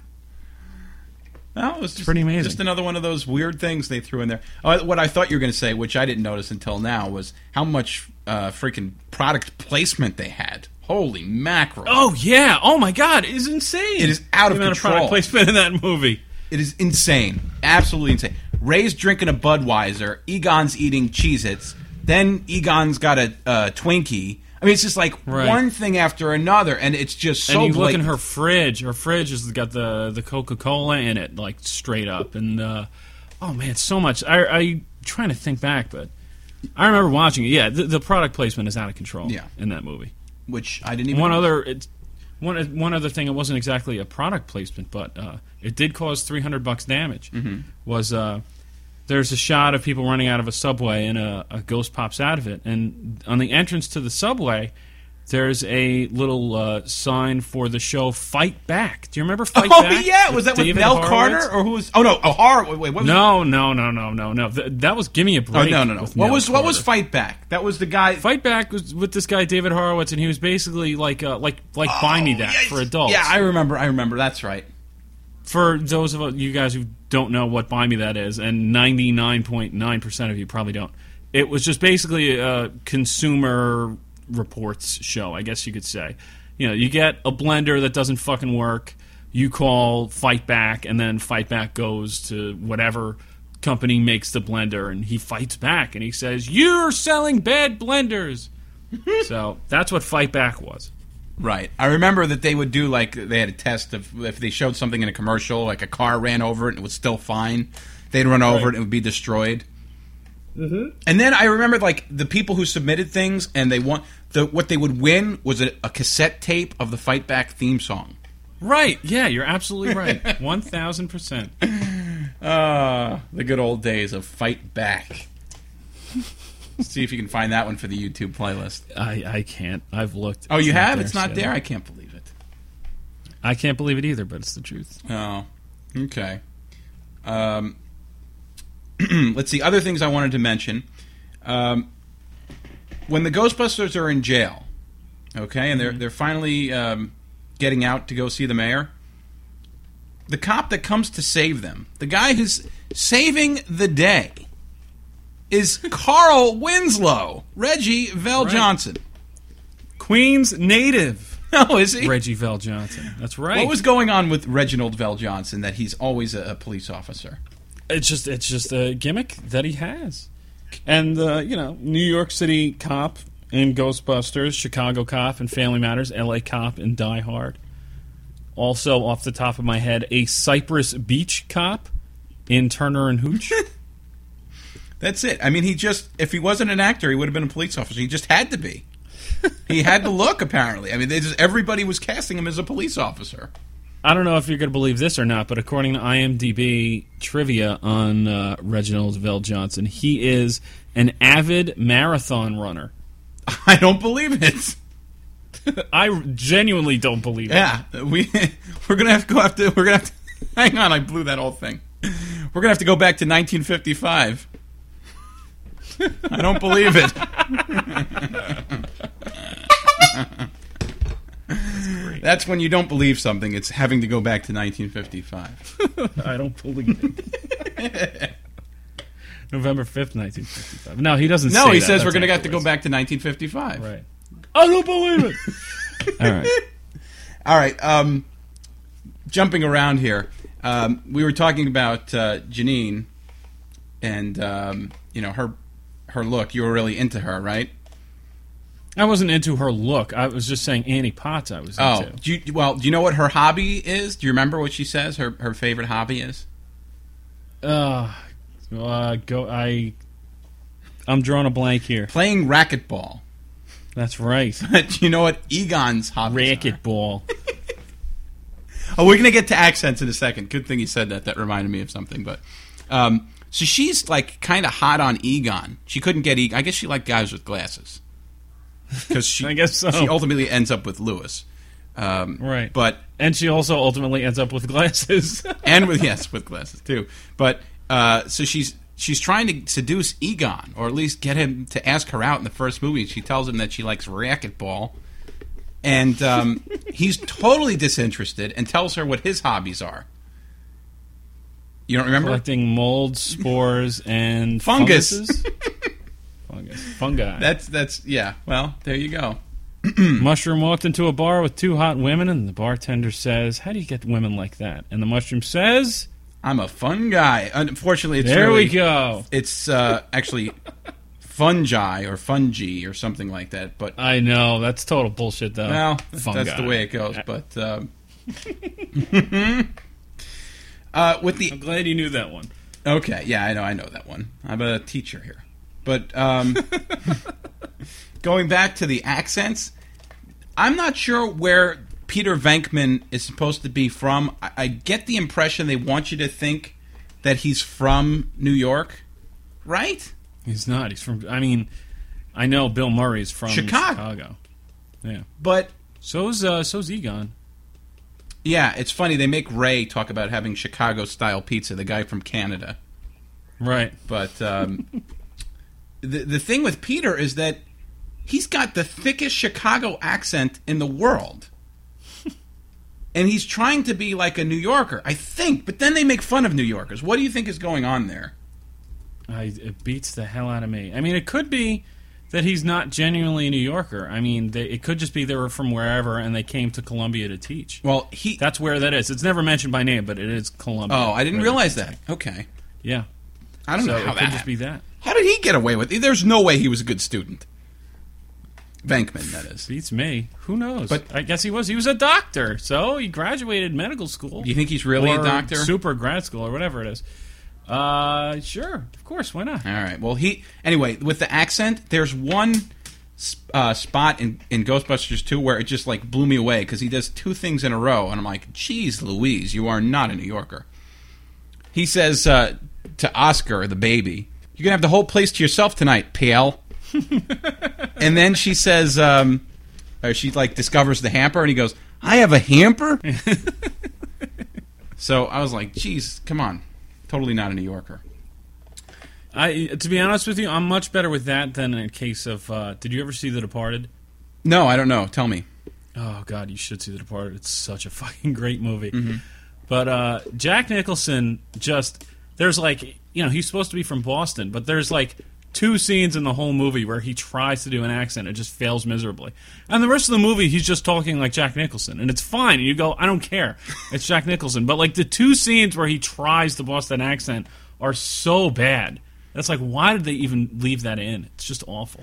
Speaker 3: Well, it was just,
Speaker 4: pretty amazing.
Speaker 3: Just another one of those weird things they threw in there. Oh, what I thought you were going to say, which I didn't notice until now, was how much uh, freaking product placement they had. Holy mackerel.
Speaker 4: Oh, yeah. Oh, my God. It is insane.
Speaker 3: It is out of
Speaker 4: the amount
Speaker 3: control.
Speaker 4: Of product placement in that movie.
Speaker 3: It is insane. Absolutely insane. Ray's drinking a Budweiser. Egon's eating Cheez-Its. Then Egon's got a uh, Twinkie. I mean, it's just like
Speaker 4: right.
Speaker 3: one thing after another, and it's just so
Speaker 4: And you
Speaker 3: blatant.
Speaker 4: look in her fridge. Her fridge has got the, the Coca-Cola in it, like, straight up. And, uh, oh, man, so much. I, I'm trying to think back, but I remember watching it. Yeah, the, the product placement is out of control
Speaker 3: yeah.
Speaker 4: in that movie.
Speaker 3: Which I didn't even
Speaker 4: One
Speaker 3: know.
Speaker 4: other... It's, One one other thing, it wasn't exactly a product placement, but uh, it did cause three hundred bucks damage.
Speaker 3: Mm-hmm.
Speaker 4: Was uh, there's a shot of people running out of a subway, and a, a ghost pops out of it, and on the entrance to the subway, there's a little uh, sign for the show Fight Back. Do you remember Fight
Speaker 3: oh,
Speaker 4: Back?
Speaker 3: Oh yeah, was that with
Speaker 4: David
Speaker 3: Mel
Speaker 4: Horowitz?
Speaker 3: Carter or who was? Oh no, oh Horowitz. Wait, wait, what was
Speaker 4: no, no, no, no, no, no. Th- that was Gimme a
Speaker 3: Oh
Speaker 4: Break.
Speaker 3: no, no, no.
Speaker 4: with
Speaker 3: What
Speaker 4: Mel
Speaker 3: was what was
Speaker 4: Carter.
Speaker 3: Fight Back? That was the guy.
Speaker 4: Fight Back was with this guy David Horowitz, and he was basically like uh, like like
Speaker 3: Oh,
Speaker 4: Buy Me That
Speaker 3: yes.
Speaker 4: for adults.
Speaker 3: Yeah, I remember. I remember. That's right.
Speaker 4: For those of you guys who don't know what Buy Me That is, and ninety-nine point nine percent of you probably don't, it was just basically a consumer reports show, I guess you could say. You know, you get a blender that doesn't fucking work, you call Fight Back, and then Fight Back goes to whatever company makes the blender, and he fights back, and he says, "You're selling bad blenders." So that's what Fight Back was.
Speaker 3: Right. I remember that they would do, like, they had a test of if they showed something in a commercial, like a car ran over it and it was still fine, they'd run over
Speaker 4: Right.
Speaker 3: it and it would be destroyed. Mm-hmm. And then I remember, like, the people who submitted things, and they want the what they would win was a, a cassette tape of the Fight Back theme song.
Speaker 4: Right, yeah, you're absolutely right. one thousand percent.
Speaker 3: Uh, the good old days of Fight Back. See if you can find that one for the YouTube playlist.
Speaker 4: I, I can't. I've looked.
Speaker 3: Oh, you
Speaker 4: It's
Speaker 3: have?
Speaker 4: there,
Speaker 3: It's not
Speaker 4: so-
Speaker 3: there? I can't believe it.
Speaker 4: I can't believe it either, but it's the truth.
Speaker 3: Oh, okay. Um, let's see. Other things I wanted to mention. Um, when the Ghostbusters are in jail, okay, and they're they're finally um, getting out to go see the mayor, the cop that comes to save them, the guy who's saving the day, is Carl Winslow, Reggie Vell
Speaker 4: Right.
Speaker 3: Johnson.
Speaker 4: Queens native
Speaker 3: Oh, is he?
Speaker 4: Reggie Vell Johnson. That's right.
Speaker 3: What was going on with Reginald Vell Johnson that he's always a, a police officer?
Speaker 4: It's just it's just a gimmick that he has, and uh, you know, New York City cop in Ghostbusters, Chicago cop in Family Matters, L A cop in Die Hard. Also, off the top of my head, a Cypress Beach cop in Turner and Hooch.
Speaker 3: That's it. I mean, he just, if he wasn't an actor, he would have been a police officer. He just had to be. He had to look, apparently. I mean, they just, everybody was casting him as a police officer.
Speaker 4: I don't know if you're going to believe this or not, but according to I M D B trivia on uh, Reginald Vell Johnson, he is an avid marathon runner.
Speaker 3: I don't believe it.
Speaker 4: I genuinely don't believe it.
Speaker 3: Yeah, we we're gonna have to go after. We're gonna have to. Hang on, I blew that whole thing. We're gonna have to go back to nineteen fifty-five. I don't believe it. That's when you don't believe something. It's having to go back to nineteen fifty-five.
Speaker 4: I don't believe it. November fifth, nineteen fifty-five. No, he doesn't
Speaker 3: No,
Speaker 4: say
Speaker 3: he
Speaker 4: that.
Speaker 3: says
Speaker 4: That's
Speaker 3: we're gonna have to go
Speaker 4: afterwards.
Speaker 3: back to nineteen fifty-five.
Speaker 4: Right. I don't believe it. All right.
Speaker 3: All right. Um, jumping around here, um, we were talking about uh, Janine, and um, you know her her look. You were really into her, right?
Speaker 4: I wasn't into her look. I was just saying Annie Potts I was
Speaker 3: Oh,
Speaker 4: into.
Speaker 3: do you, well, do you know what her hobby is? Do you remember what she says her her favorite hobby is?
Speaker 4: Uh, uh, go. I. I'm drawing a blank here.
Speaker 3: Playing racquetball.
Speaker 4: That's right.
Speaker 3: But you know what Egon's hobbies are?
Speaker 4: Racquetball.
Speaker 3: Oh, we're going to get to accents in a second. Good thing you said that. That reminded me of something. But um, so she's like kind of hot on Egon. She couldn't get Egon. I guess she liked guys with glasses. Because she,
Speaker 4: I guess so.
Speaker 3: She ultimately ends up with Lewis. Um,
Speaker 4: Right.
Speaker 3: But
Speaker 4: And she also ultimately ends up with glasses.
Speaker 3: and with yes, with glasses too. But uh, so she's she's trying to seduce Egon, or at least get him to ask her out in the first movie. She tells him that she likes racquetball, and um, he's totally disinterested and tells her what his hobbies are. You don't remember?
Speaker 4: Collecting mold, spores, and
Speaker 3: Fungus.
Speaker 4: funguses? Fungus. Fungi.
Speaker 3: That's that's yeah. Well, there you go.
Speaker 4: Mushroom walked into a bar with two hot women, and the bartender says, "How do you get women like that?" And the mushroom says,
Speaker 3: I'm a fun guy. Unfortunately, it's
Speaker 4: "There
Speaker 3: really,
Speaker 4: we go."
Speaker 3: It's uh, actually fungi or fungi or something like that. But
Speaker 4: I know that's total bullshit, though.
Speaker 3: well,
Speaker 4: Fungi.
Speaker 3: that's the way it goes. But um, uh, with the
Speaker 4: I'm glad you knew that one.
Speaker 3: okay, yeah, I know, I know that one. I'm a teacher here. But um, going back to the accents, I'm not sure where Peter Venkman is supposed to be from. I, I get the impression they want you to think that he's from New York, right?
Speaker 4: He's not. He's from. I mean, I know Bill Murray's from
Speaker 3: Chicago.
Speaker 4: Chicago. Yeah.
Speaker 3: But
Speaker 4: So's uh, so's Egon.
Speaker 3: yeah, it's funny. They make Ray talk about having Chicago-style pizza, the guy from Canada.
Speaker 4: Right.
Speaker 3: But um, the the thing with Peter is that he's got the thickest Chicago accent in the world. And he's trying to be like a New Yorker, I think. But then they make fun of New Yorkers. What do you think is going on there?
Speaker 4: I, it beats the hell out of me. I mean, it could be that he's not genuinely a New Yorker. I mean, they, it could just be they were from wherever and they came to Columbia to teach.
Speaker 3: Well, he...
Speaker 4: That's where that is. It's never mentioned by name, but it is Columbia.
Speaker 3: Oh, I didn't
Speaker 4: Where
Speaker 3: realize
Speaker 4: they
Speaker 3: that.
Speaker 4: teach.
Speaker 3: Okay.
Speaker 4: Yeah.
Speaker 3: I don't
Speaker 4: So
Speaker 3: know how
Speaker 4: it could
Speaker 3: that...
Speaker 4: just be that.
Speaker 3: How did he get away with it? There's no way he was a good student. Venkman, that is.
Speaker 4: Beats me. Who knows?
Speaker 3: But-
Speaker 4: I guess he was. He was a doctor, so he graduated medical school.
Speaker 3: Do you think he's really
Speaker 4: or
Speaker 3: a doctor?
Speaker 4: Super grad school or whatever it is. Uh, sure, of course. Why not?
Speaker 3: All right. Well, he... Anyway, with the accent, there's one uh, spot in, in Ghostbusters two where it just, like, blew me away because he does two things in a row, and I'm like, geez, Louise, you are not a New Yorker. He says uh, to Oscar, the baby, "You're going to have the whole place to yourself tonight, P L" And then she says, um, or she, like, discovers the hamper, and he goes, "I have a hamper?" So I was like, geez, come on. Totally not a New Yorker.
Speaker 4: I, to be honest with you, I'm much better with that than in a case of. Uh, did you ever see The Departed?
Speaker 3: No, I don't know. Tell me.
Speaker 4: Oh God, you should see The Departed. It's such a fucking great movie.
Speaker 3: Mm-hmm.
Speaker 4: But uh, Jack Nicholson just there's like you know he's supposed to be from Boston, but there's like two scenes in the whole movie where he tries to do an accent and just fails miserably. And the rest of the movie, he's just talking like Jack Nicholson, and it's fine. And you go, I don't care, it's Jack Nicholson. But like the two scenes where he tries the Boston accent are so bad. That's like, why did they even leave that in? It's just awful.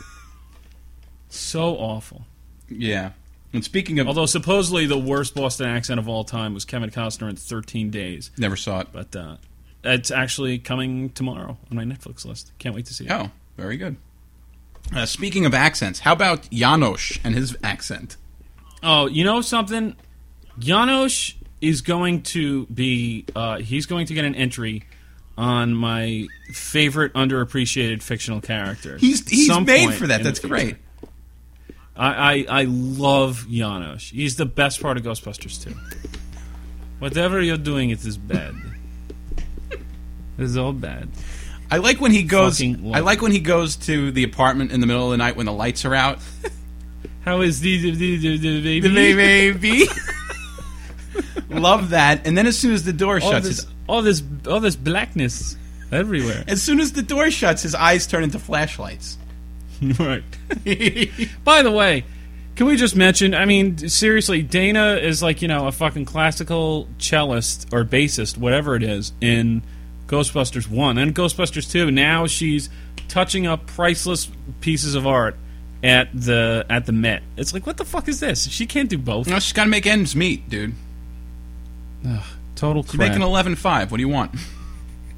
Speaker 4: So awful.
Speaker 3: Yeah. And speaking of...
Speaker 4: Although supposedly the worst Boston accent of all time was Kevin Costner in thirteen days.
Speaker 3: Never saw it.
Speaker 4: But uh, it's actually coming tomorrow on my Netflix list. Can't wait to see it.
Speaker 3: Oh, very good. Uh, speaking of accents, how about Janosch and his accent?
Speaker 4: Oh, you know something? Janosch is going to be... Uh, he's going to get an entry on my favorite underappreciated fictional character.
Speaker 3: He's he's
Speaker 4: Some
Speaker 3: made
Speaker 4: point
Speaker 3: for that.
Speaker 4: in the
Speaker 3: That's
Speaker 4: future.
Speaker 3: great.
Speaker 4: I, I, I love Janosch. He's the best part of Ghostbusters too. Whatever you're doing, it is bad. It's all bad.
Speaker 3: I like when he goes.
Speaker 4: Fucking love
Speaker 3: I like when he goes to the apartment in the middle of the night when the lights are out.
Speaker 4: How is the, the, the, the, the baby?
Speaker 3: The baby. Love that. And then as soon as the door
Speaker 4: all
Speaker 3: shuts,
Speaker 4: this,
Speaker 3: his,
Speaker 4: all this, all this blackness everywhere.
Speaker 3: as soon as the door shuts, his eyes turn into flashlights.
Speaker 4: Right. By the way, can we just mention, I mean, seriously, Dana is like, you know, a fucking classical cellist or bassist, whatever it is, in Ghostbusters one. And Ghostbusters two, now she's touching up priceless pieces of art at the at the Met. It's like, what the fuck is this? She can't do both.
Speaker 3: No, she's got to make ends meet, dude.
Speaker 4: Ugh, total
Speaker 3: She's
Speaker 4: crap.
Speaker 3: making eleven five. What do you want?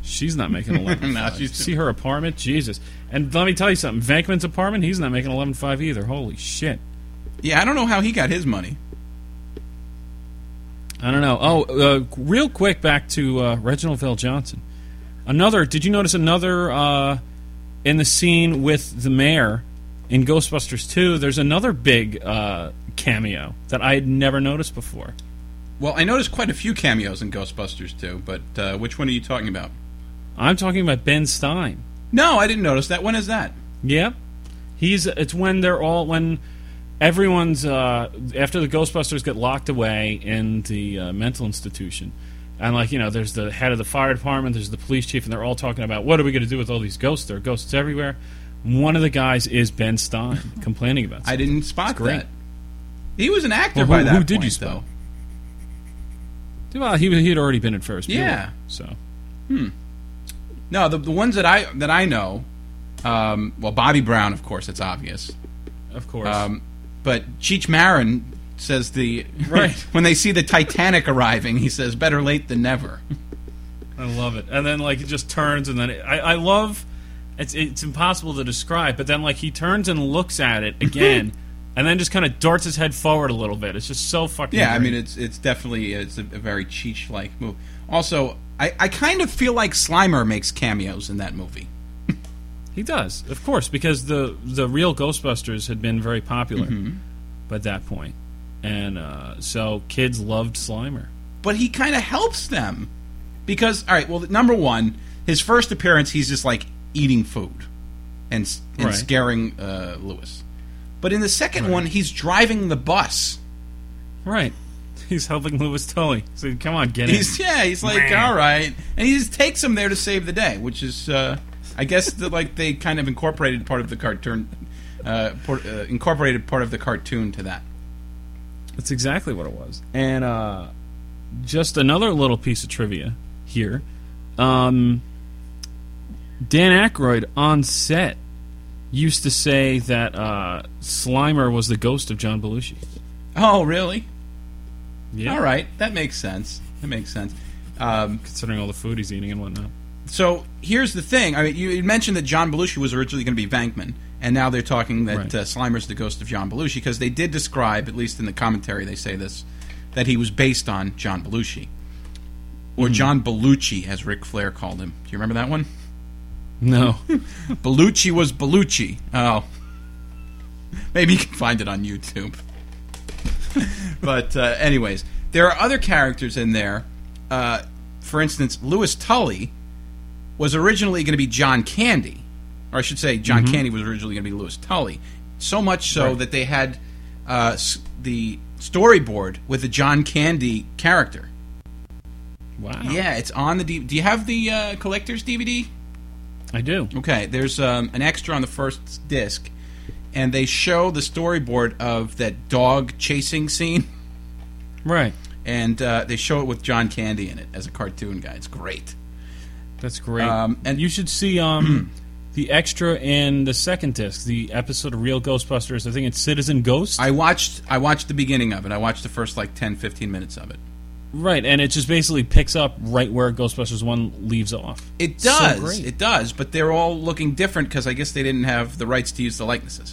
Speaker 4: She's not making eleven
Speaker 3: No,
Speaker 4: five.
Speaker 3: she's-
Speaker 4: See her apartment? Jesus. And let me tell you something. Venkman's apartment, he's not making eleven five either. Holy shit.
Speaker 3: Yeah, I don't know how he got his money.
Speaker 4: I don't know. Oh, uh, real quick, back to uh, Reginald VelJohnson. Another, did you notice another, uh, in the scene with the mayor in Ghostbusters two, there's another big uh, cameo that I had never noticed before.
Speaker 3: Well, I noticed quite a few cameos in Ghostbusters too, but uh, which one are you talking about?
Speaker 4: I'm talking about Ben Stein.
Speaker 3: No, I didn't notice that. When is that?
Speaker 4: Yep. He's, it's when they're all, when everyone's, uh, after the Ghostbusters get locked away in the uh, mental institution, and, like, you know, there's the head of the fire department, there's the police chief, and they're all talking about, what are we going to do with all these ghosts? There are ghosts everywhere. One of the guys is Ben Stein, complaining about something.
Speaker 3: I didn't spot
Speaker 4: great.
Speaker 3: that. He was an actor
Speaker 4: Well, who-
Speaker 3: by that
Speaker 4: who
Speaker 3: point,
Speaker 4: did you spot?
Speaker 3: though.
Speaker 4: Well, he, he had already been in Ferris Bueller.
Speaker 3: Yeah.
Speaker 4: So,
Speaker 3: No, the, the ones that I that I know, um, well, Bobby Brown, of course, it's obvious.
Speaker 4: of course.
Speaker 3: Um, but Cheech Marin says the
Speaker 4: Right.
Speaker 3: when they see the Titanic arriving, he says, "Better late than never."
Speaker 4: I love it. And then, like, it just turns, and then it, I, I love. It's it's impossible to describe, but then, like, he turns and looks at it again, and then just kind of darts his head forward a little bit. It's just so fucking.
Speaker 3: Yeah, I
Speaker 4: great.
Speaker 3: mean, it's it's definitely it's a, a very Cheech-like move. Also, I, I kind of feel like Slimer makes cameos in that movie.
Speaker 4: He does, of course, because the the real Ghostbusters had been very popular
Speaker 3: Mm-hmm.
Speaker 4: by that point, and uh, so kids loved Slimer.
Speaker 3: But he kind of helps them because, all right, well, number one, his first appearance, he's just like eating food and, and
Speaker 4: Right.
Speaker 3: scaring uh, Lewis. But in the second
Speaker 4: Right.
Speaker 3: one, he's driving the bus.
Speaker 4: Right. He's helping Louis Tully. So come on, get in.
Speaker 3: He's yeah, he's like, all right, and he just takes him there to save the day, which is, uh, I guess, that like they kind of incorporated part of the cartoon, uh, por- uh, incorporated part of the cartoon to that.
Speaker 4: That's exactly what it was. And uh, just another little piece of trivia here. Um, Dan Aykroyd on set used to say that uh, Slimer was the ghost of John Belushi.
Speaker 3: Oh, really?
Speaker 4: Yeah.
Speaker 3: All right, that makes sense. That makes sense. Um,
Speaker 4: Considering all the food he's eating and whatnot.
Speaker 3: so here's the thing. I mean, you you mentioned that John Belushi was originally going to be Venkman, and now they're talking that
Speaker 4: Right.
Speaker 3: uh, Slimer's the ghost of John Belushi because they did describe, at least in the commentary, they say this, that he was based on John Belushi. Or John Belushi, as Ric Flair called him. Do you remember that one?
Speaker 4: No.
Speaker 3: Belushi was Belushi. Oh. Maybe you can find it on YouTube. But, uh, anyways, there are other characters in there. Uh, for instance, Louis Tully was originally going to be John Candy. Or I should say, John Candy was originally going to be Louis Tully. So much so
Speaker 4: Right.
Speaker 3: that they had uh, s- the storyboard with the John Candy character.
Speaker 4: Wow.
Speaker 3: Yeah, it's on the D V D. Do you have the uh, collector's D V D?
Speaker 4: I do.
Speaker 3: Okay, there's um, an extra on the first disc, and they show the storyboard of that dog chasing scene,
Speaker 4: Right.
Speaker 3: and uh, they show it with John Candy in it as a cartoon guy. It's great.
Speaker 4: That's great.
Speaker 3: Um, and-
Speaker 4: you should see um, the extra in the second disc, the episode of Real Ghostbusters. I think it's Citizen Ghost.
Speaker 3: I watched I watched the beginning of it. I watched the first like ten, fifteen minutes of it.
Speaker 4: Right, and it just basically picks up right where Ghostbusters one leaves off.
Speaker 3: It
Speaker 4: So
Speaker 3: does.
Speaker 4: great.
Speaker 3: It does, but they're all looking different because I guess they didn't have the rights to use the likenesses.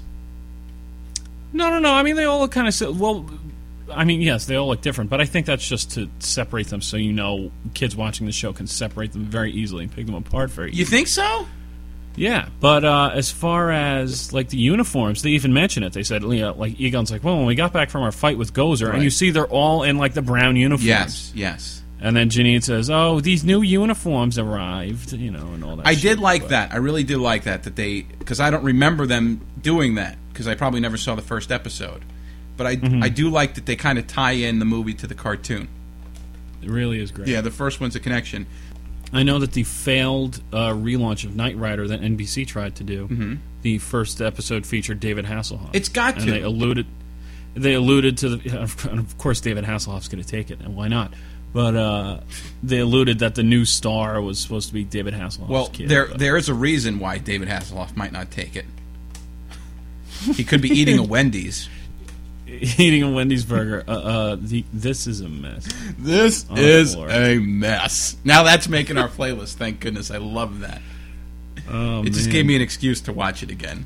Speaker 4: No, no, no. I mean, they all look kind of... Si- well, I mean, yes, they all look different, but I think that's just to separate them so you know kids watching the show can separate them very easily and pick them apart very easily.
Speaker 3: You think so?
Speaker 4: Yeah, but uh, as far as like the uniforms, they even mention it. They said, you know, like Egon's like, well, when we got back from our fight with Gozer,
Speaker 3: Right.
Speaker 4: and you see they're all in like the brown uniforms.
Speaker 3: Yes, yes.
Speaker 4: And then Janine says, "Oh, these new uniforms arrived," you know, and all that.
Speaker 3: I
Speaker 4: shit.
Speaker 3: did like
Speaker 4: But-
Speaker 3: that. I really did like that. That they because I don't remember them doing that because I probably never saw the first episode. But I
Speaker 4: Mm-hmm.
Speaker 3: I do like that they kind of tie in the movie to the cartoon.
Speaker 4: It really is great.
Speaker 3: Yeah, the first one's a connection.
Speaker 4: I know that the failed uh, relaunch of Knight Rider that N B C tried to do, the first episode featured David Hasselhoff.
Speaker 3: It's got
Speaker 4: and
Speaker 3: to.
Speaker 4: they alluded, they alluded to the, and of course David Hasselhoff's going to take it, and why not? But uh, they alluded that the new star was supposed to be David Hasselhoff's
Speaker 3: Well,
Speaker 4: kid.
Speaker 3: there
Speaker 4: but-
Speaker 3: there is a reason why David Hasselhoff might not take it. He could be eating a Wendy's.
Speaker 4: eating a Wendy's burger. Uh, uh, the, this is a mess.
Speaker 3: This
Speaker 4: On the
Speaker 3: is
Speaker 4: floor.
Speaker 3: a mess. Now that's making our playlist. Thank goodness. I love that.
Speaker 4: Oh,
Speaker 3: It just
Speaker 4: man.
Speaker 3: gave me an excuse to watch it again.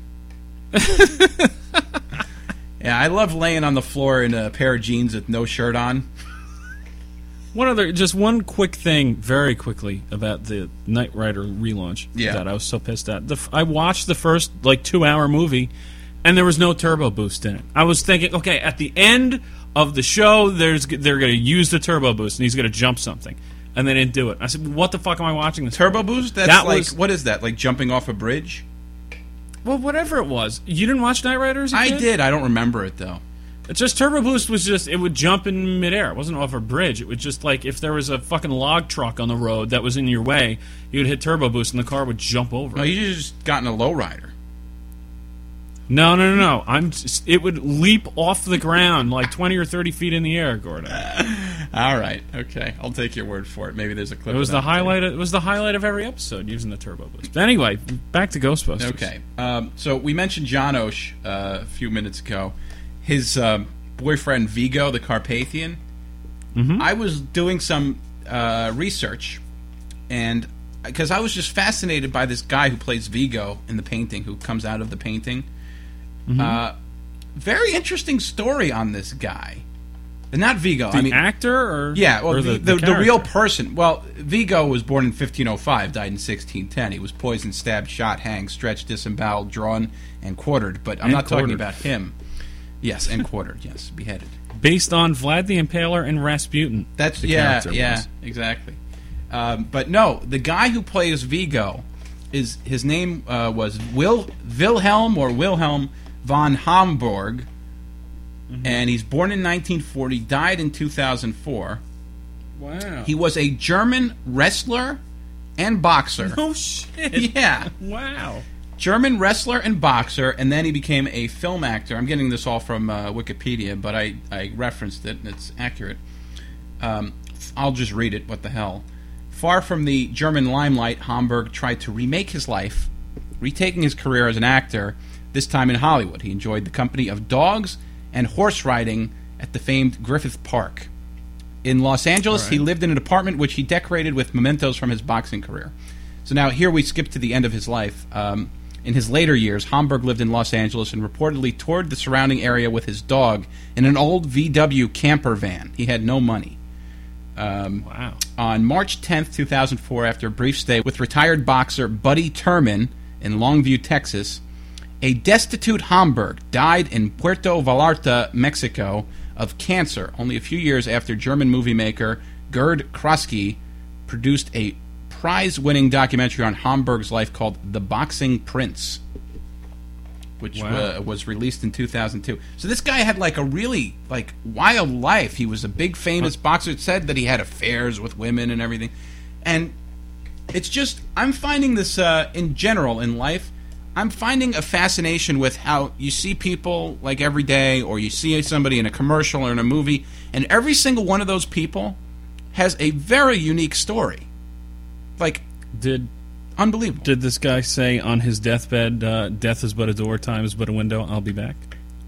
Speaker 3: Yeah, I love laying on the floor in a pair of jeans with no shirt on.
Speaker 4: One other, just one quick thing, very quickly, about the Knight Rider relaunch
Speaker 3: Yeah.
Speaker 4: that I was so pissed at. The, f- I watched the first, like, two-hour movie, and there was no turbo boost in it. I was thinking, okay, at the end of the show, there's they're going to use the turbo boost, and he's going to jump something. And they didn't do it. I said, what the fuck am I watching this
Speaker 3: Turbo
Speaker 4: for?
Speaker 3: boost? That's
Speaker 4: That
Speaker 3: like,
Speaker 4: was-
Speaker 3: what is that? Like jumping off a bridge?
Speaker 4: Well, whatever it was. You didn't watch Knight Rider as a
Speaker 3: I
Speaker 4: kid?
Speaker 3: did. I don't remember it, though.
Speaker 4: It's just turbo boost was just, it would jump in midair. It wasn't off a bridge. It was just like if there was a fucking log truck on the road that was in your way, you would hit turbo boost and the car would jump over.
Speaker 3: No,
Speaker 4: it.
Speaker 3: you just gotten a lowrider.
Speaker 4: No, no, no, no. I'm. Just, it would leap off the ground like twenty or thirty feet in the air, Gordon.
Speaker 3: All right. Okay. I'll take your word for it. Maybe there's a clip.
Speaker 4: It was
Speaker 3: of
Speaker 4: the
Speaker 3: that,
Speaker 4: highlight. Of, it was the highlight of every episode using the turbo boost. But anyway, back to Ghostbusters.
Speaker 3: Okay. Um, so we mentioned John Osh uh, a few minutes ago. His um, boyfriend Vigo, the Carpathian.
Speaker 4: Mm-hmm.
Speaker 3: I was doing some uh, research, and because I was just fascinated by this guy who plays Vigo in the painting, who comes out of the painting.
Speaker 4: Mm-hmm.
Speaker 3: Uh, very interesting story on this guy. Not Vigo.
Speaker 4: The
Speaker 3: I mean,
Speaker 4: actor, or
Speaker 3: yeah, well,
Speaker 4: or
Speaker 3: the,
Speaker 4: the,
Speaker 3: the, the real
Speaker 4: character?
Speaker 3: person. Well, Vigo was born in fifteen oh five, died in sixteen ten. He was poisoned, stabbed, shot, hanged, stretched, disemboweled, drawn, and quartered. But I'm
Speaker 4: And
Speaker 3: not talking
Speaker 4: quartered.
Speaker 3: about him. Yes, and quartered. Yes, beheaded.
Speaker 4: based on Vlad the Impaler and Rasputin.
Speaker 3: That's
Speaker 4: the
Speaker 3: yeah,
Speaker 4: character
Speaker 3: yeah,
Speaker 4: was.
Speaker 3: exactly. Um, but no, the guy who plays Vigo is his name uh, was Will Wilhelm or Wilhelm von Hamburg,
Speaker 4: Mm-hmm.
Speaker 3: and he's born in nineteen forty, died in two thousand four.
Speaker 4: Wow.
Speaker 3: He was a German wrestler and boxer.
Speaker 4: Oh shit.
Speaker 3: Yeah.
Speaker 4: Wow.
Speaker 3: German wrestler and boxer, and then he became a film actor. I'm getting this all from uh, Wikipedia, but I, I referenced it, and it's accurate. Um, I'll just read it, what the hell. Far from the German limelight, Hamburg tried to remake his life, retaking his career as an actor, this time in Hollywood. He enjoyed the company of dogs and horse riding at the famed Griffith Park. In Los Angeles,
Speaker 4: All right.
Speaker 3: he lived in an apartment which he decorated with mementos from his boxing career. So now here we skip to the end of his life. Um, in his later years, Hamburg lived in Los Angeles and reportedly toured the surrounding area with his dog in an old V W camper van. He had no money. Um,
Speaker 4: Wow.
Speaker 3: on March tenth, two thousand four, after a brief stay with retired boxer Buddy Turman in Longview, Texas, a destitute Hamburg died in Puerto Vallarta, Mexico, of cancer only a few years after German movie maker Gerd Krosky produced a prize-winning documentary on Hamburg's life called The Boxing Prince, which
Speaker 4: Wow.
Speaker 3: uh, was released in two thousand two. So this guy had like a really like wild life. He was a big famous boxer. It said that he had affairs with women and everything. And it's just, I'm finding this uh, in general in life, I'm finding a fascination with how you see people like every day, or you see somebody in a commercial or in a movie, and every single one of those people has a very unique story. Like,
Speaker 4: Did
Speaker 3: unbelievable.
Speaker 4: did this guy say on his deathbed, uh, "Death is but a door, time is but a window. I'll be back"?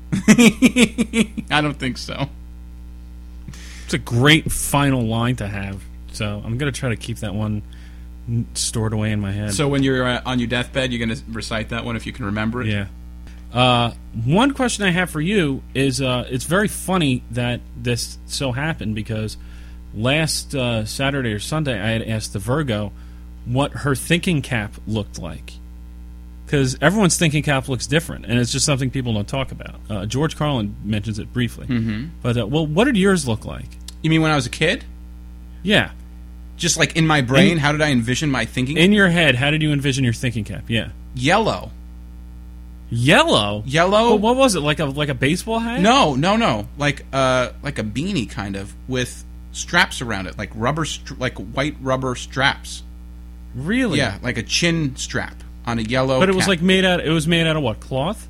Speaker 3: I don't think so.
Speaker 4: It's a great final line to have. So I'm gonna try to keep that one n- stored away in my head.
Speaker 3: So when you're uh, on your deathbed, you're going to recite that one if you can remember it?
Speaker 4: Yeah. Uh, one question I have for you is, uh, it's very funny that this so happened because last uh, Saturday or Sunday I had asked the Virgo what her thinking cap looked like. Because everyone's thinking cap looks different, and it's just something people don't talk about. Uh, George Carlin mentions it briefly.
Speaker 3: Mm-hmm.
Speaker 4: But, uh, well, what did yours look like?
Speaker 3: You mean when I was a kid?
Speaker 4: Yeah.
Speaker 3: Just like in my brain,
Speaker 4: In-
Speaker 3: how did I envision my thinking?
Speaker 4: In your head, how did you envision your thinking cap? Yeah.
Speaker 3: Yellow.
Speaker 4: Yellow?
Speaker 3: Yellow?
Speaker 4: Well, what was it? Like a like a baseball hat?
Speaker 3: No, no, no. Like uh, like a beanie kind of with straps around it, like rubber, str- like white rubber straps.
Speaker 4: Really?
Speaker 3: Yeah, like a chin strap on a yellow.
Speaker 4: But it was
Speaker 3: cap.
Speaker 4: like made out. It was made out of what? Cloth?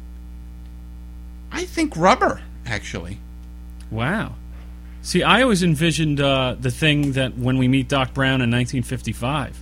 Speaker 3: I think rubber, actually.
Speaker 4: Wow. See, I always envisioned uh, the thing that when we meet Doc Brown in nineteen fifty-five.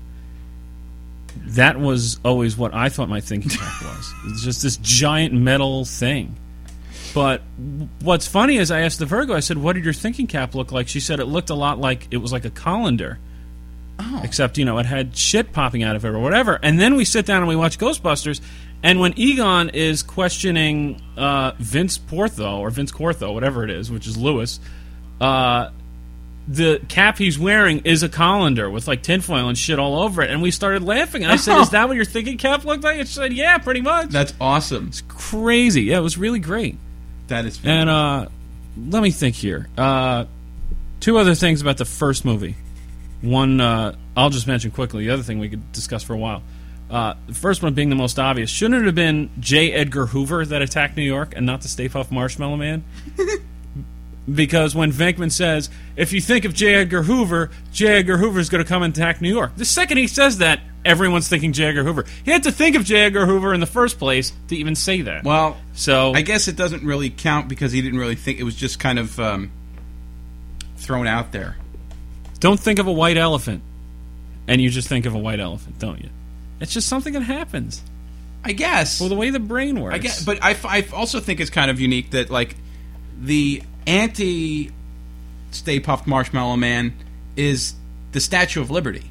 Speaker 4: That was always what I thought my thinking cap was. It's just this giant metal thing. But what's funny is I asked the Virgo, I said, what did your thinking cap look like? She said it looked a lot like, it was like a colander.
Speaker 3: Oh.
Speaker 4: Except, you know, it had shit popping out of it or whatever. And then we sit down and we watch Ghostbusters, and when Egon is questioning uh, Vince Portho, or Vince Cortho, whatever it is, which is Lewis, uh, the cap he's wearing is a colander with, like, tinfoil and shit all over it. And we started laughing. And I said,
Speaker 3: Oh.
Speaker 4: is that what your thinking cap looked like? And she said, yeah, pretty much.
Speaker 3: That's awesome.
Speaker 4: Crazy. Yeah, it was really great.
Speaker 3: That is funny.
Speaker 4: And uh, let me think here. Uh, two other things about the first movie. One, uh, I'll just mention quickly. The other thing we could discuss for a while. Uh, the first one being the most obvious. Shouldn't it have been J. Edgar Hoover that attacked New York and not the Stay Puft Marshmallow Man? Because when Venkman says, if you think of J. Edgar Hoover, J. Edgar Hoover is going to come and attack New York. The second he says that, everyone's thinking J. Edgar Hoover. He had to think of J. Edgar Hoover in the first place to even say that.
Speaker 3: Well,
Speaker 4: so
Speaker 3: I guess it doesn't really count because he didn't really think. It was just kind of um, thrown out there.
Speaker 4: don't think of a white elephant, and you just think of a white elephant, don't you? It's just something that happens.
Speaker 3: I guess.
Speaker 4: Well, the way the brain works.
Speaker 3: I guess, but I, I also think it's kind of unique that, like, the anti Stay Puft Marshmallow Man is the Statue of Liberty.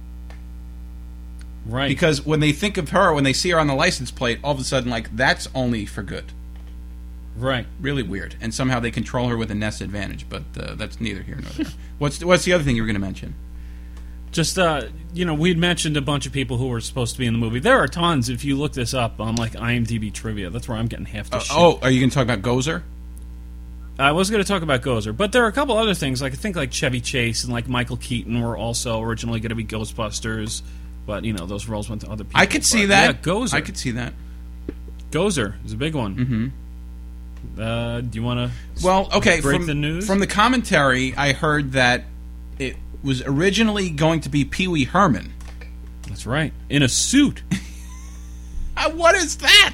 Speaker 4: Right.
Speaker 3: Because when they think of her, when they see her on the license plate, all of a sudden, like, that's only for good.
Speaker 4: Right.
Speaker 3: Really weird. And somehow they control her with a Nest advantage, but uh, that's neither here nor there. What's what's the other thing you were going to mention?
Speaker 4: Just, uh, you know, we'd mentioned a bunch of people who were supposed to be in the movie. There are tons. If you look this up on, like, IMDb trivia, that's where I'm getting half the
Speaker 3: Uh,
Speaker 4: shit.
Speaker 3: oh, are you going to talk about Gozer?
Speaker 4: I was going to talk about Gozer, but there are a couple other things. Like, I think, like, Chevy Chase and, like, Michael Keaton were also originally going to be Ghostbusters, but, you know, those roles went to other people.
Speaker 3: I could see
Speaker 4: But,
Speaker 3: that.
Speaker 4: Yeah, Gozer.
Speaker 3: I could see that.
Speaker 4: Gozer is a big one.
Speaker 3: Mm-hmm.
Speaker 4: Uh, do you want to
Speaker 3: Well, okay.
Speaker 4: break
Speaker 3: from,
Speaker 4: the news?
Speaker 3: From the commentary, I heard that it was originally going to be Pee Wee Herman.
Speaker 4: That's right. In a suit.
Speaker 3: Uh, what is that?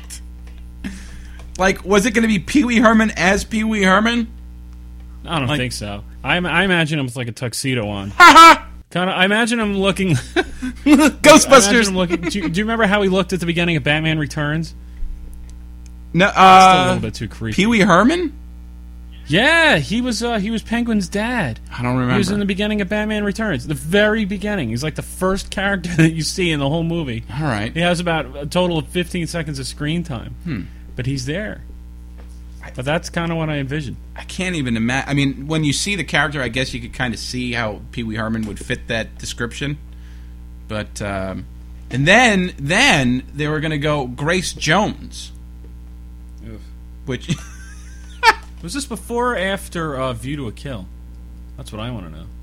Speaker 3: Like, was it going to be Pee Wee Herman as Pee Wee Herman?
Speaker 4: I don't
Speaker 3: Like-
Speaker 4: think so. I, I imagine him with, like, a tuxedo on.
Speaker 3: Ha ha!
Speaker 4: Kind of. I imagine him looking... I
Speaker 3: Ghostbusters!
Speaker 4: imagine him looking do, you, do you remember how he looked at the beginning of Batman Returns?
Speaker 3: No,
Speaker 4: Still a
Speaker 3: uh,
Speaker 4: little bit too creepy.
Speaker 3: Pee Wee Herman?
Speaker 4: Yeah, he was uh, he was Penguin's dad.
Speaker 3: I don't remember.
Speaker 4: He was in the beginning of Batman Returns. The very beginning. He's like the first character that you see in the whole movie.
Speaker 3: All right.
Speaker 4: He has about a total of fifteen seconds of screen time.
Speaker 3: Hmm.
Speaker 4: But he's there. But that's kind of what I envisioned.
Speaker 3: I can't even imagine. I mean, when you see the character, I guess you could kind of see how Pee Wee Herman would fit that description. But, um, and then, then they were going to go Grace Jones.
Speaker 4: Oof.
Speaker 3: Which,
Speaker 4: Was this before or after uh, View to a Kill? That's what I want to know.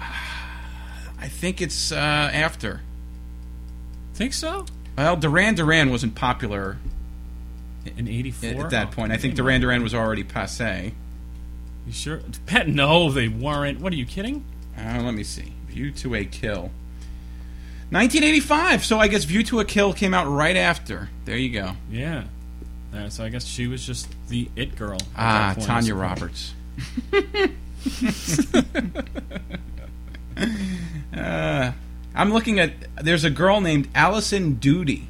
Speaker 3: I think it's uh, after.
Speaker 4: Think so?
Speaker 3: Well, Duran Duran wasn't popular
Speaker 4: In eighty-four?
Speaker 3: at that point. I think Duran Duran was already passé.
Speaker 4: You sure? Pet, no, they weren't. What, are you kidding?
Speaker 3: Uh, let me see. View to a Kill. nineteen eighty-five, so I guess View to a Kill came out right after. There you go.
Speaker 4: Yeah. Uh, so I guess she was just the it girl. at
Speaker 3: Ah,
Speaker 4: that point, I
Speaker 3: Tanya
Speaker 4: suppose.
Speaker 3: Roberts. uh, I'm looking at... There's a girl named Allison Doody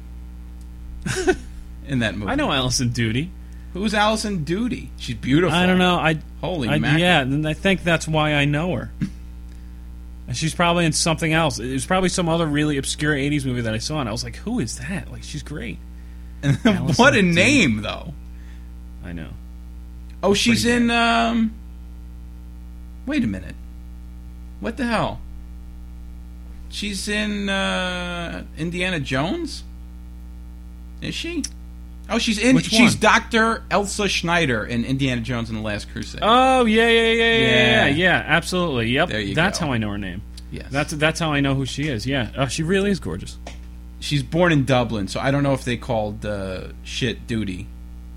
Speaker 3: in that movie.
Speaker 4: I know Allison Doody.
Speaker 3: Who's Allison Doody? She's beautiful.
Speaker 4: I don't know. I
Speaker 3: Holy
Speaker 4: I,
Speaker 3: mackerel.
Speaker 4: yeah, and I think that's why I know her. And she's probably in something else. It was probably some other really obscure eighties movie that I saw, and I was like, "Who is that?" Like, she's great. Allison
Speaker 3: What a
Speaker 4: Doody.
Speaker 3: name, though.
Speaker 4: I know.
Speaker 3: Oh, she's
Speaker 4: Pretty
Speaker 3: in... Um, wait a minute. What the hell? She's in uh, Indiana Jones? Is she? Oh, she's in.
Speaker 4: Which
Speaker 3: she's
Speaker 4: one?
Speaker 3: Doctor Elsa Schneider in Indiana Jones and the Last Crusade.
Speaker 4: Oh yeah, yeah, yeah, yeah, yeah,
Speaker 3: Yeah.
Speaker 4: yeah. Absolutely. Yep.
Speaker 3: There you
Speaker 4: that's
Speaker 3: go.
Speaker 4: how I know her name.
Speaker 3: Yes.
Speaker 4: That's that's how I know who she is. Yeah. Oh, she really is gorgeous.
Speaker 3: She's born in Dublin, so I don't know if they called uh, shit duty.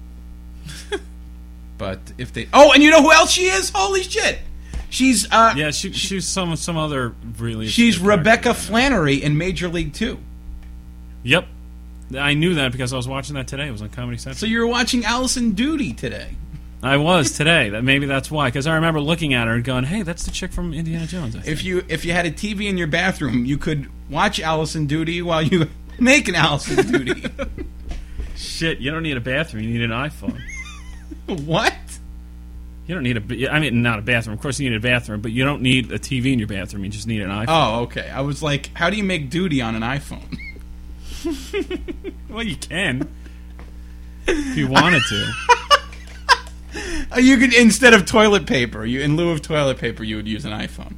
Speaker 3: But if they... Oh, and you know who else she is? Holy shit! She's... Uh,
Speaker 4: Yeah, she she's some some other really.
Speaker 3: she's
Speaker 4: obscure
Speaker 3: Rebecca
Speaker 4: character.
Speaker 3: Flannery in Major League Two.
Speaker 4: Yep. I knew that because I was watching that today. It was on Comedy Central.
Speaker 3: So you were watching Allison Doody today.
Speaker 4: I was today. That maybe that's why. Because I remember looking at her and going, "Hey, that's the chick from Indiana Jones." I think.
Speaker 3: If you if you had a T V in your bathroom, you could watch Allison Doody while you make an Allison Doody.
Speaker 4: Shit, you don't need a bathroom. You need an iPhone.
Speaker 3: What?
Speaker 4: You don't need a. I mean, not a bathroom. Of course, you need a bathroom, but you don't need a T V in your bathroom. You just need an iPhone.
Speaker 3: Oh, okay. I was like, how do you make duty on an iPhone?
Speaker 4: Well, you can if you wanted to.
Speaker 3: You could, instead of toilet paper, you in lieu of toilet paper, you would use an iPhone.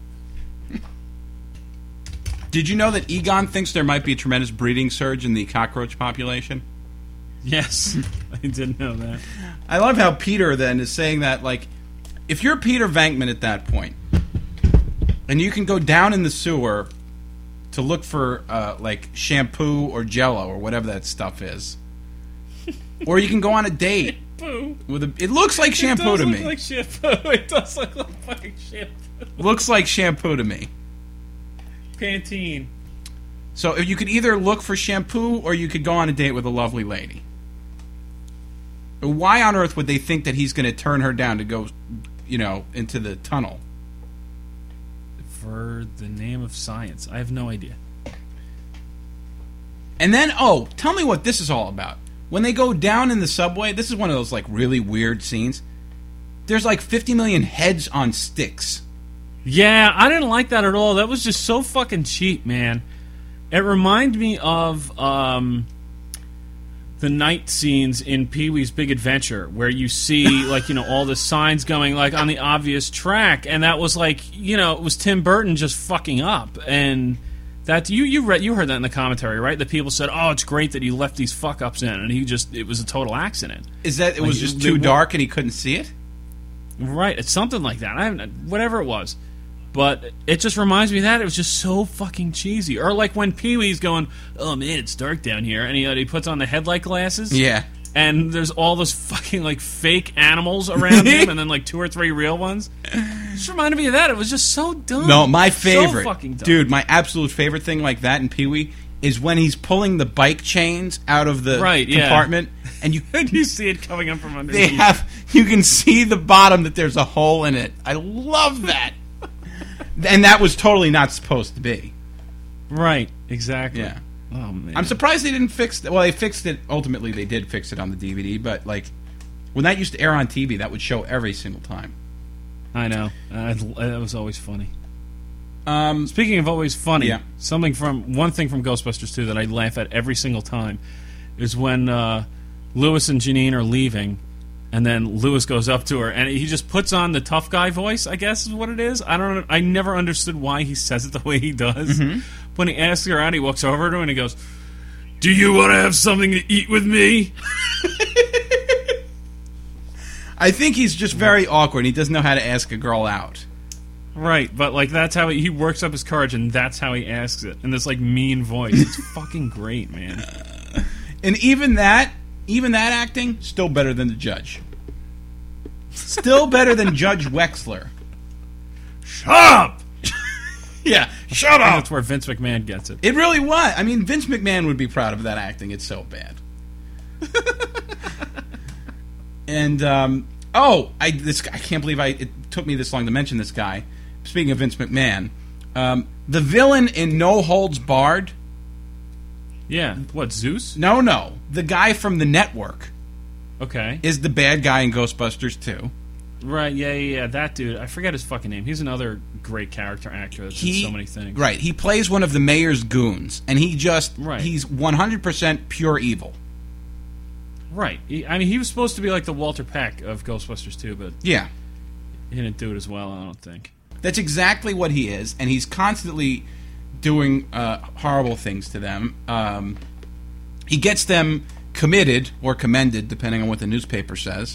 Speaker 3: Did you know that Egon thinks there might be a tremendous breeding surge in the cockroach population?
Speaker 4: Yes, I didn't know that.
Speaker 3: I love how Peter then is saying that, like, if you're Peter Venkman at that point, and you can go down in the sewer to look for, uh, like, shampoo or Jell-O or whatever that stuff is, or you can go on a date with a. It looks like shampoo
Speaker 4: it does
Speaker 3: to
Speaker 4: look
Speaker 3: me.
Speaker 4: Like shampoo. It does look like fucking shampoo.
Speaker 3: Looks like shampoo to me.
Speaker 4: Pantene.
Speaker 3: So you could either look for shampoo or you could go on a date with a lovely lady. Why on earth would they think that he's going to turn her down to go, you know, into the tunnel?
Speaker 4: For the name of science. I have no idea.
Speaker 3: And then, oh, tell me what this is all about. When they go down in the subway, this is one of those, like, really weird scenes. There's, like, fifty million heads on sticks.
Speaker 4: Yeah, I didn't like that at all. That was just so fucking cheap, man. It reminded me of um, the night scenes in Pee-wee's Big Adventure, where you see, like, you know, all the signs going, like, on the obvious track, and that was, like, you know, it was Tim Burton just fucking up, and that you you read you heard that in the commentary, right? That people said, "Oh, it's great that he left these fuck ups in," and he just it was a total accident.
Speaker 3: Is that it
Speaker 4: Like,
Speaker 3: was just
Speaker 4: they-
Speaker 3: too dark and he couldn't see it?
Speaker 4: Right, it's something like that. I haven't, whatever it was. But it just reminds me of that. It was just so fucking cheesy. Or like when Pee-wee's going, "Oh man, it's dark down here," and he, uh, he puts on the headlight glasses.
Speaker 3: Yeah.
Speaker 4: And there's all those fucking like fake animals around him, and then like two or three real ones. It just reminded me of that. It was just so dumb.
Speaker 3: No, my favorite,
Speaker 4: so fucking dumb.
Speaker 3: dude, my absolute favorite thing like that in Pee-wee is when he's pulling the bike chains out of the
Speaker 4: Right, yeah.
Speaker 3: compartment, and you
Speaker 4: And you see it coming up from
Speaker 3: they
Speaker 4: underneath.
Speaker 3: have you can see the bottom that there's a hole in it. I love that. And that was totally not supposed to be.
Speaker 4: Right, exactly.
Speaker 3: Yeah.
Speaker 4: Oh man,
Speaker 3: I'm surprised they didn't fix it. Well, they fixed it. Ultimately, they did fix it on the D V D. But, like, when that used to air on T V, that would show every single time.
Speaker 4: I know. Uh, that was always funny.
Speaker 3: Um,
Speaker 4: Speaking of always funny,
Speaker 3: Yeah.
Speaker 4: something from one thing from Ghostbusters two that I laugh at every single time is when uh, Lewis and Janine are leaving, and then Lewis goes up to her, and he just puts on the tough guy voice. I guess is what it is. I don't. I never understood why he says it the way he does.
Speaker 3: Mm-hmm.
Speaker 4: When he asks her out, he walks over to her and he goes, "Do you want to have something to eat with me?"
Speaker 3: I think he's just very awkward. He doesn't know how to ask a girl out.
Speaker 4: Right, but like that's how he, he works up his courage, and that's how he asks it in this like mean voice. It's fucking great, man.
Speaker 3: And even that, even that acting, still better than the judge. Still better than Judge Wexler.
Speaker 4: Shut up!
Speaker 3: Yeah, shut up.
Speaker 4: That's where Vince McMahon gets it.
Speaker 3: It really was. I mean, Vince McMahon would be proud of that acting. It's so bad. And um, oh, I this I can't believe I it took me this long to mention this guy. Speaking of Vince McMahon, um, the villain in No Holds Barred.
Speaker 4: Yeah, what Zeus?
Speaker 3: No, no, the guy from the network
Speaker 4: Okay,
Speaker 3: is the bad guy in Ghostbusters two.
Speaker 4: right. Yeah, yeah, yeah. That dude. I forget his fucking name. He's another great character actor that's
Speaker 3: He
Speaker 4: in so many things.
Speaker 3: Right, he plays one of the mayor's goons, and he just
Speaker 4: Right.
Speaker 3: he's one hundred percent pure evil.
Speaker 4: Right. He, I mean, he was supposed to be like the Walter Peck of Ghostbusters two, but
Speaker 3: Yeah.
Speaker 4: he didn't do it as well. I don't think.
Speaker 3: That's exactly what he is, and he's constantly doing uh, horrible things to them. Um, he gets them committed or commended, depending on what the newspaper says.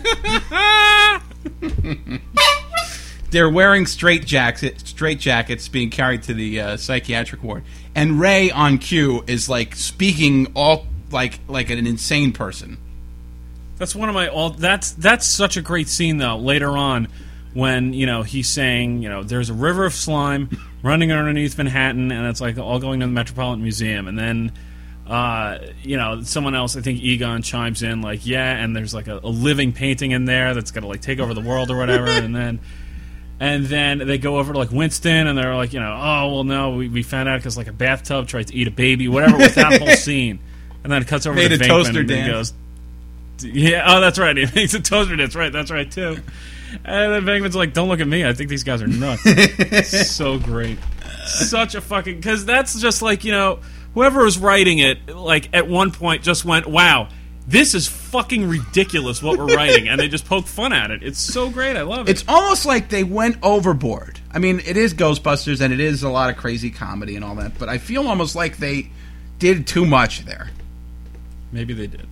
Speaker 3: They're wearing straight jackets, straight jackets, being carried to the uh, psychiatric ward, and Ray on cue is like speaking all like like an insane person.
Speaker 4: That's one of my all. That's that's such a great scene though. Later on, when you know he's saying, you know, there's a river of slime running underneath Manhattan, and it's like all going to the Metropolitan Museum, and then. Uh, you know, someone else, I think Egon chimes in, like, yeah, and there's like a, a living painting in there that's gonna like take over the world or whatever, and then, and then they go over to like Winston, and they're like, you know, oh well, no, we, we found out because like a bathtub tried to eat a baby, whatever. With that whole scene, and then it cuts over
Speaker 3: Made
Speaker 4: to
Speaker 3: a
Speaker 4: Venkman,
Speaker 3: toaster
Speaker 4: and he
Speaker 3: dance.
Speaker 4: goes, Yeah, oh, that's right. He makes a toaster. That's right. That's right, too. And then Venkman's like, don't look at me. I think these guys are nuts. So great. Such a fucking... Because that's just like, you know, whoever was writing it, like, at one point just went, wow, this is fucking ridiculous what we're writing. And they just poke fun at it. It's so great. I love it.
Speaker 3: It's almost like they went overboard. I mean, it is Ghostbusters, and it is a lot of crazy comedy and all that, but I feel almost like they did too much there.
Speaker 4: Maybe they did.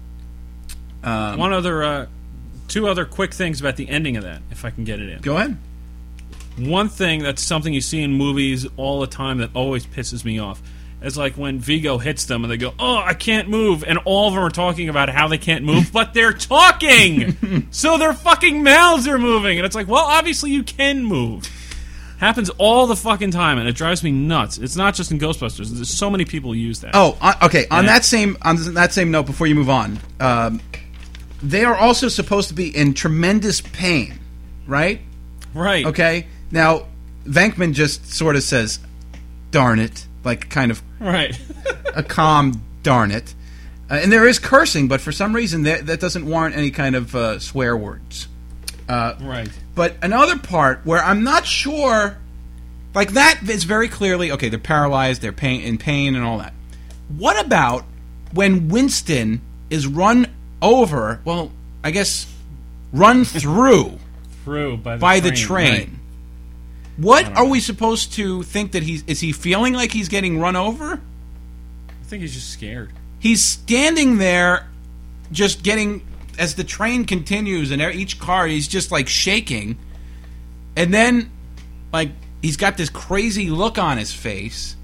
Speaker 3: Um,
Speaker 4: One other... Uh, Two other quick things about the ending of that, if I can get it in.
Speaker 3: Go ahead.
Speaker 4: One thing that's something you see in movies all the time that always pisses me off is like when Vigo hits them and they go, oh, I can't move, and all of them are talking about how they can't move, but they're talking! So their fucking mouths are moving, and it's like, well, obviously you can move. Happens all the fucking time, and it drives me nuts. It's not just in Ghostbusters. There's so many people who use that.
Speaker 3: Oh, uh, okay. On
Speaker 4: And
Speaker 3: that same on that same note, before you move on, um, they are also supposed to be in tremendous pain, right?
Speaker 4: Right.
Speaker 3: Okay. Now, Venkman just sort of says, darn it, like kind of
Speaker 4: Right.
Speaker 3: a calm darn it. Uh, and there is cursing, but for some reason that, that doesn't warrant any kind of uh, swear words. Uh,
Speaker 4: right.
Speaker 3: But another part where I'm not sure, like that is very clearly, okay, they're paralyzed, they're pain, in pain and all that. What about when Winston is run over, well, I guess run through
Speaker 4: Through by the
Speaker 3: by
Speaker 4: train.
Speaker 3: the train?
Speaker 4: Right.
Speaker 3: What
Speaker 4: don't
Speaker 3: are
Speaker 4: know.
Speaker 3: we supposed to think that he's, is he feeling like he's getting run over?
Speaker 4: I think he's just scared.
Speaker 3: He's standing there just getting, as the train continues and each car, he's just like shaking. And then, like, he's got this crazy look on his face.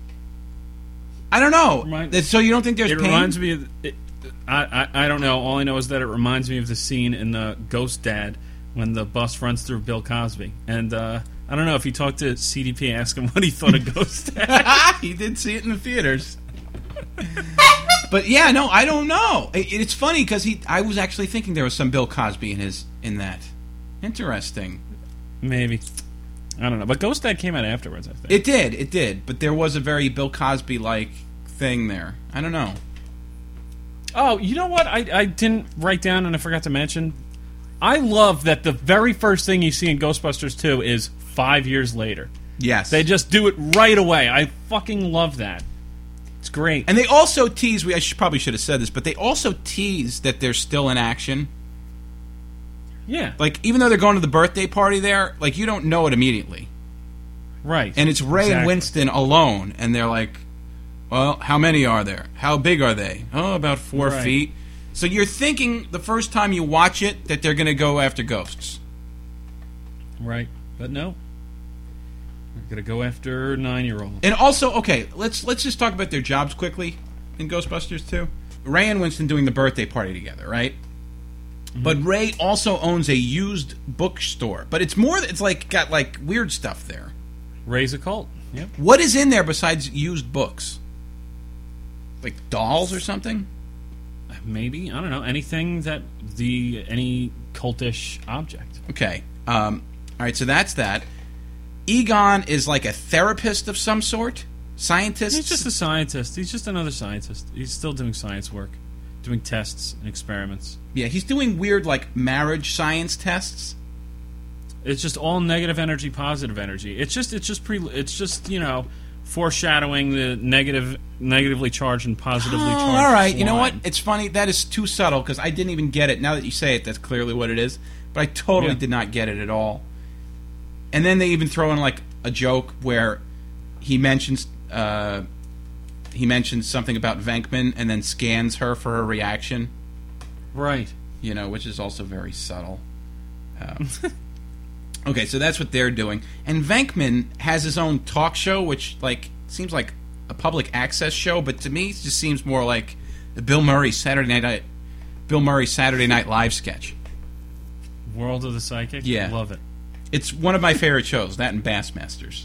Speaker 3: I don't know.
Speaker 4: Remind-
Speaker 3: so you don't think there's
Speaker 4: It
Speaker 3: pain?
Speaker 4: reminds me of... It, I, I I don't know. All I know is that it reminds me of the scene in uh, Ghost Dad when the bus runs through Bill Cosby. And uh, I don't know if you talked to C D P, ask him what he thought of Ghost Dad.
Speaker 3: He did see it in the theaters. But yeah, no, I don't know. It, it's funny because he. I was actually thinking there was some Bill Cosby in his in that. Interesting.
Speaker 4: Maybe. I don't know. But Ghost Dad came out afterwards, I think.
Speaker 3: It did, it did. But there was a very Bill Cosby-like thing there. I don't know.
Speaker 4: Oh, you know what? I, I didn't write down and I forgot to mention. I love that the very first thing you see in Ghostbusters two is five years later.
Speaker 3: Yes.
Speaker 4: They just do it right away. I fucking love that. It's great.
Speaker 3: And they also tease, we I should, probably should have said this, but they also tease that they're still in action.
Speaker 4: Yeah.
Speaker 3: Like, even though they're going to the birthday party there, like, you don't know it immediately.
Speaker 4: Right.
Speaker 3: And it's Ray
Speaker 4: Exactly.
Speaker 3: and Winston alone, and they're like, well, how many are there? How big are they? Oh, about four
Speaker 4: Right.
Speaker 3: feet. So you're thinking the first time you watch it that they're going to go after ghosts.
Speaker 4: Right. But no. We're going to go after nine-year-olds.
Speaker 3: And also, okay, let's let's just talk about their jobs quickly in Ghostbusters two. Ray and Winston doing the birthday party together, right?
Speaker 4: Mm-hmm.
Speaker 3: But Ray also owns a used bookstore. But it's more, it's like got like weird stuff there.
Speaker 4: Raise a cult. Yep.
Speaker 3: What is in there besides used books? Like dolls or something?
Speaker 4: Maybe. I don't know. Anything that the... Any cultish object.
Speaker 3: Okay. Um, all right, so that's that. Egon is like a therapist of some sort? Scientist?
Speaker 4: He's just a scientist. He's just another scientist. He's still doing science work. Doing tests and experiments.
Speaker 3: Yeah, he's doing weird, like, marriage science tests.
Speaker 4: It's just all negative energy, positive energy. It's just, it's just pre, it's just you know, foreshadowing the negative, negatively charged and positively
Speaker 3: Oh,
Speaker 4: charged.
Speaker 3: all right. You know what?
Speaker 4: slime.
Speaker 3: It's funny. That is too subtle because I didn't even get it. Now that you say it, that's clearly what it is. But I totally
Speaker 4: Yeah.
Speaker 3: did not get it at all. And then they even throw in like a joke where he mentions uh, he mentions something about Venkman and then scans her for her reaction.
Speaker 4: Right.
Speaker 3: You know, which is also very subtle. Um, okay, so that's what they're doing. And Venkman has his own talk show, which like seems like a public access show, but to me, it just seems more like the Bill Murray Saturday Night Bill Murray Saturday Night Live sketch.
Speaker 4: World of the Psychic.
Speaker 3: Yeah.
Speaker 4: Love it.
Speaker 3: It's one of my favorite shows. That and Bassmasters.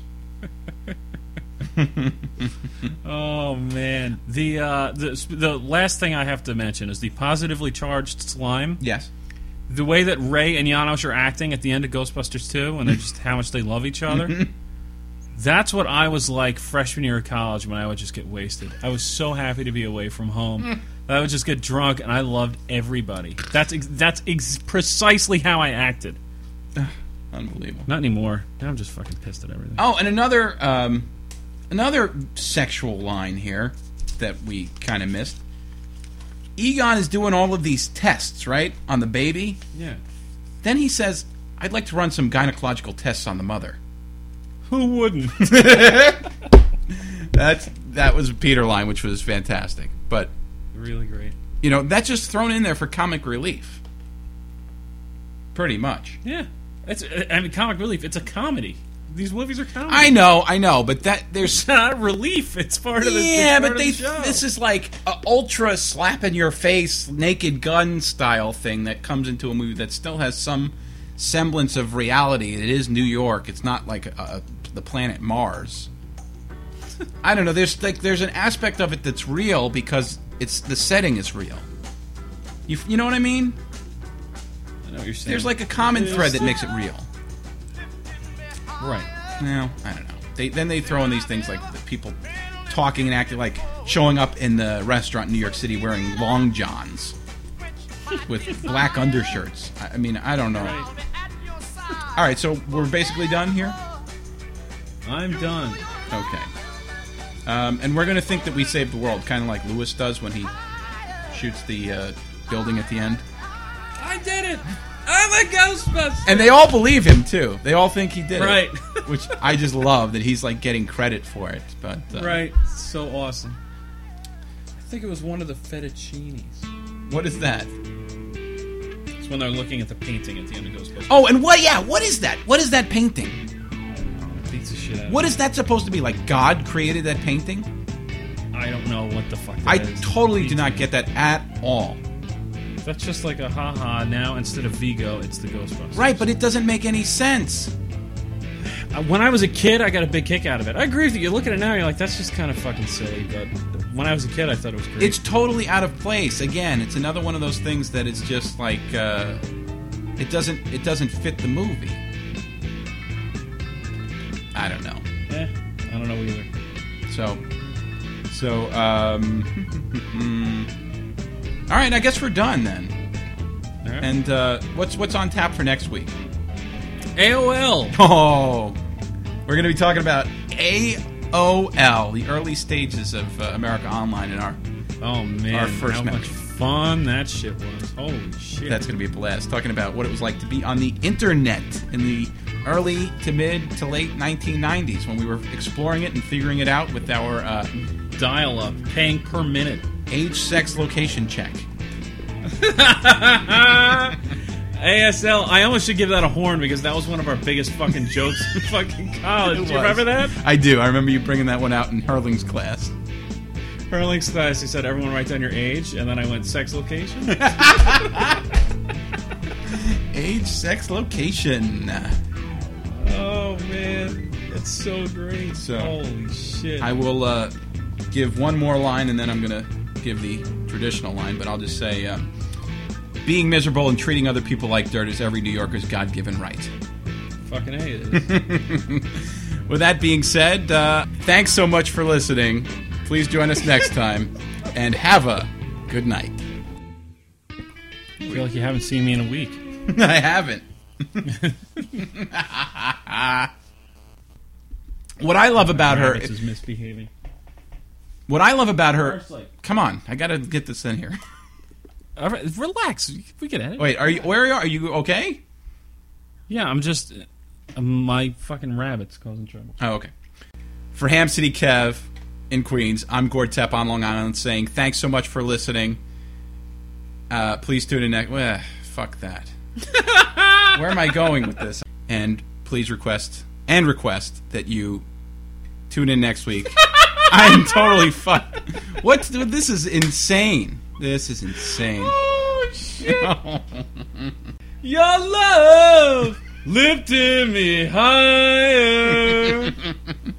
Speaker 4: Oh man. The uh, the the last thing I have to mention is the positively charged slime.
Speaker 3: Yes.
Speaker 4: The way that Ray and Janos are acting at the end of Ghostbusters two, and they're just how much they love each other. That's what I was like freshman year of college when I would just get wasted. I was so happy to be away from home. I would just get drunk, and I loved everybody. That's ex- that's ex- precisely how I acted.
Speaker 3: Unbelievable.
Speaker 4: Not anymore. Now I'm just fucking pissed at everything.
Speaker 3: Oh, and another um, another sexual line here that we kind of missed. Egon is doing all of these tests, right, on the baby.
Speaker 4: Yeah.
Speaker 3: Then he says, I'd like to run some gynecological tests on the mother.
Speaker 4: Who wouldn't?
Speaker 3: That's That was a Peter line, which was fantastic. But,
Speaker 4: Really great.
Speaker 3: you know, that's just thrown in there for comic relief. Pretty much.
Speaker 4: Yeah. It's, I mean, comic relief. It's a comedy. These movies are comedy.
Speaker 3: I know, I know, but that there's
Speaker 4: It's not relief. It's part of the
Speaker 3: yeah,
Speaker 4: it's part
Speaker 3: but
Speaker 4: of
Speaker 3: they
Speaker 4: the show.
Speaker 3: this is like a ultra slap in your face, Naked Gun style thing that comes into a movie that still has some semblance of reality. It is New York. It's not like a, a, the planet Mars. I don't know. There's like there's an aspect of it that's real because it's the setting is real. You you know what I mean?
Speaker 4: I know what you're saying.
Speaker 3: There's like a common thread that makes it real.
Speaker 4: Right.
Speaker 3: No, I don't know. They then they throw in these things like the people talking and acting like showing up in the restaurant in New York City wearing long johns with black undershirts. I I mean, I don't know.
Speaker 4: Right.
Speaker 3: All right, so we're basically done here.
Speaker 4: I'm done.
Speaker 3: Okay. Um, and we're going to think that we saved the world, kind of like Lewis does when he shoots the uh, building at the end.
Speaker 4: I did it. I'm a Ghostbuster.
Speaker 3: And they all believe him too. They all think he did
Speaker 4: Right.
Speaker 3: it, which I just love that he's like getting credit for it. But uh,
Speaker 4: Right. So awesome. I think it was one of the fettuccinis.
Speaker 3: what is that?
Speaker 4: It's when they're looking at the painting at the end of Ghostbusters.
Speaker 3: Oh, and what? Yeah, what is that? What is that painting?
Speaker 4: Beats the shit out of
Speaker 3: What
Speaker 4: me.
Speaker 3: is that supposed to be? Like God created that painting?
Speaker 4: I don't know what the fuck that
Speaker 3: I
Speaker 4: is.
Speaker 3: totally
Speaker 4: Beats
Speaker 3: do not
Speaker 4: me.
Speaker 3: get that at all.
Speaker 4: That's just like a haha. Now instead of Vigo, it's the Ghostbusters.
Speaker 3: Right, but it doesn't make any sense.
Speaker 4: Uh, when I was a kid, I got a big kick out of it. I agree with you. You look at it now, you're like, that's just kind of fucking silly. But when I was a kid, I thought it was great.
Speaker 3: It's totally out of place. Again, it's another one of those things that it's just like uh, it doesn't it doesn't fit the movie. I don't know.
Speaker 4: Eh, I don't know either.
Speaker 3: So, so um, all right. I guess we're done then.
Speaker 4: All right.
Speaker 3: And uh, what's what's on tap for next week?
Speaker 4: A O L.
Speaker 3: Oh, we're going to be talking about A O L, the early stages of uh, America Online, in our.
Speaker 4: Oh man,
Speaker 3: Our first
Speaker 4: how
Speaker 3: member.
Speaker 4: much fun that shit was! Holy shit!
Speaker 3: That's going to be a blast. Talking about what it was like to be on the internet in the early to mid to late nineteen nineties when we were exploring it and figuring it out with our uh,
Speaker 4: dial-up, paying per minute.
Speaker 3: age, sex, location check.
Speaker 4: A S L. I almost should give that a horn because that was one of our biggest fucking jokes in fucking college.
Speaker 3: It
Speaker 4: Do you
Speaker 3: was.
Speaker 4: remember that?
Speaker 3: I do. I remember you bringing that one out in Hurling's class.
Speaker 4: Hurling's class, he said, everyone write down your age, and then I went, sex location?
Speaker 3: Age, sex, location.
Speaker 4: Oh, man. That's so great.
Speaker 3: So,
Speaker 4: Holy shit.
Speaker 3: I will uh, give one more line, and then I'm going to give the traditional line, but I'll just say, uh, being miserable and treating other people like dirt is every New Yorker's God-given right.
Speaker 4: Fucking A, it is.
Speaker 3: With that being said, uh, thanks so much for listening. Please join us next time, and have a good night.
Speaker 4: I feel like you haven't seen me in a week.
Speaker 3: I haven't. What I love about her,
Speaker 4: Rabbits is misbehaving.
Speaker 3: what I love about her,
Speaker 4: Parsley.
Speaker 3: come on, I gotta get this in here.
Speaker 4: All right, relax. We can edit.
Speaker 3: Wait, are you? Where are you? Are you okay?
Speaker 4: Yeah, I'm just... Uh, my fucking rabbit's causing trouble.
Speaker 3: Oh, okay. For Ham City Kev in Queens, I'm Gord Tepp on Long Island saying thanks so much for listening. Uh, please tune in next... Well, fuck that. Where am I going with this? And please request and request that you tune in next week. I'm totally fucked. What? This is insane. This is insane.
Speaker 4: Oh, shit. Your love lifted me higher.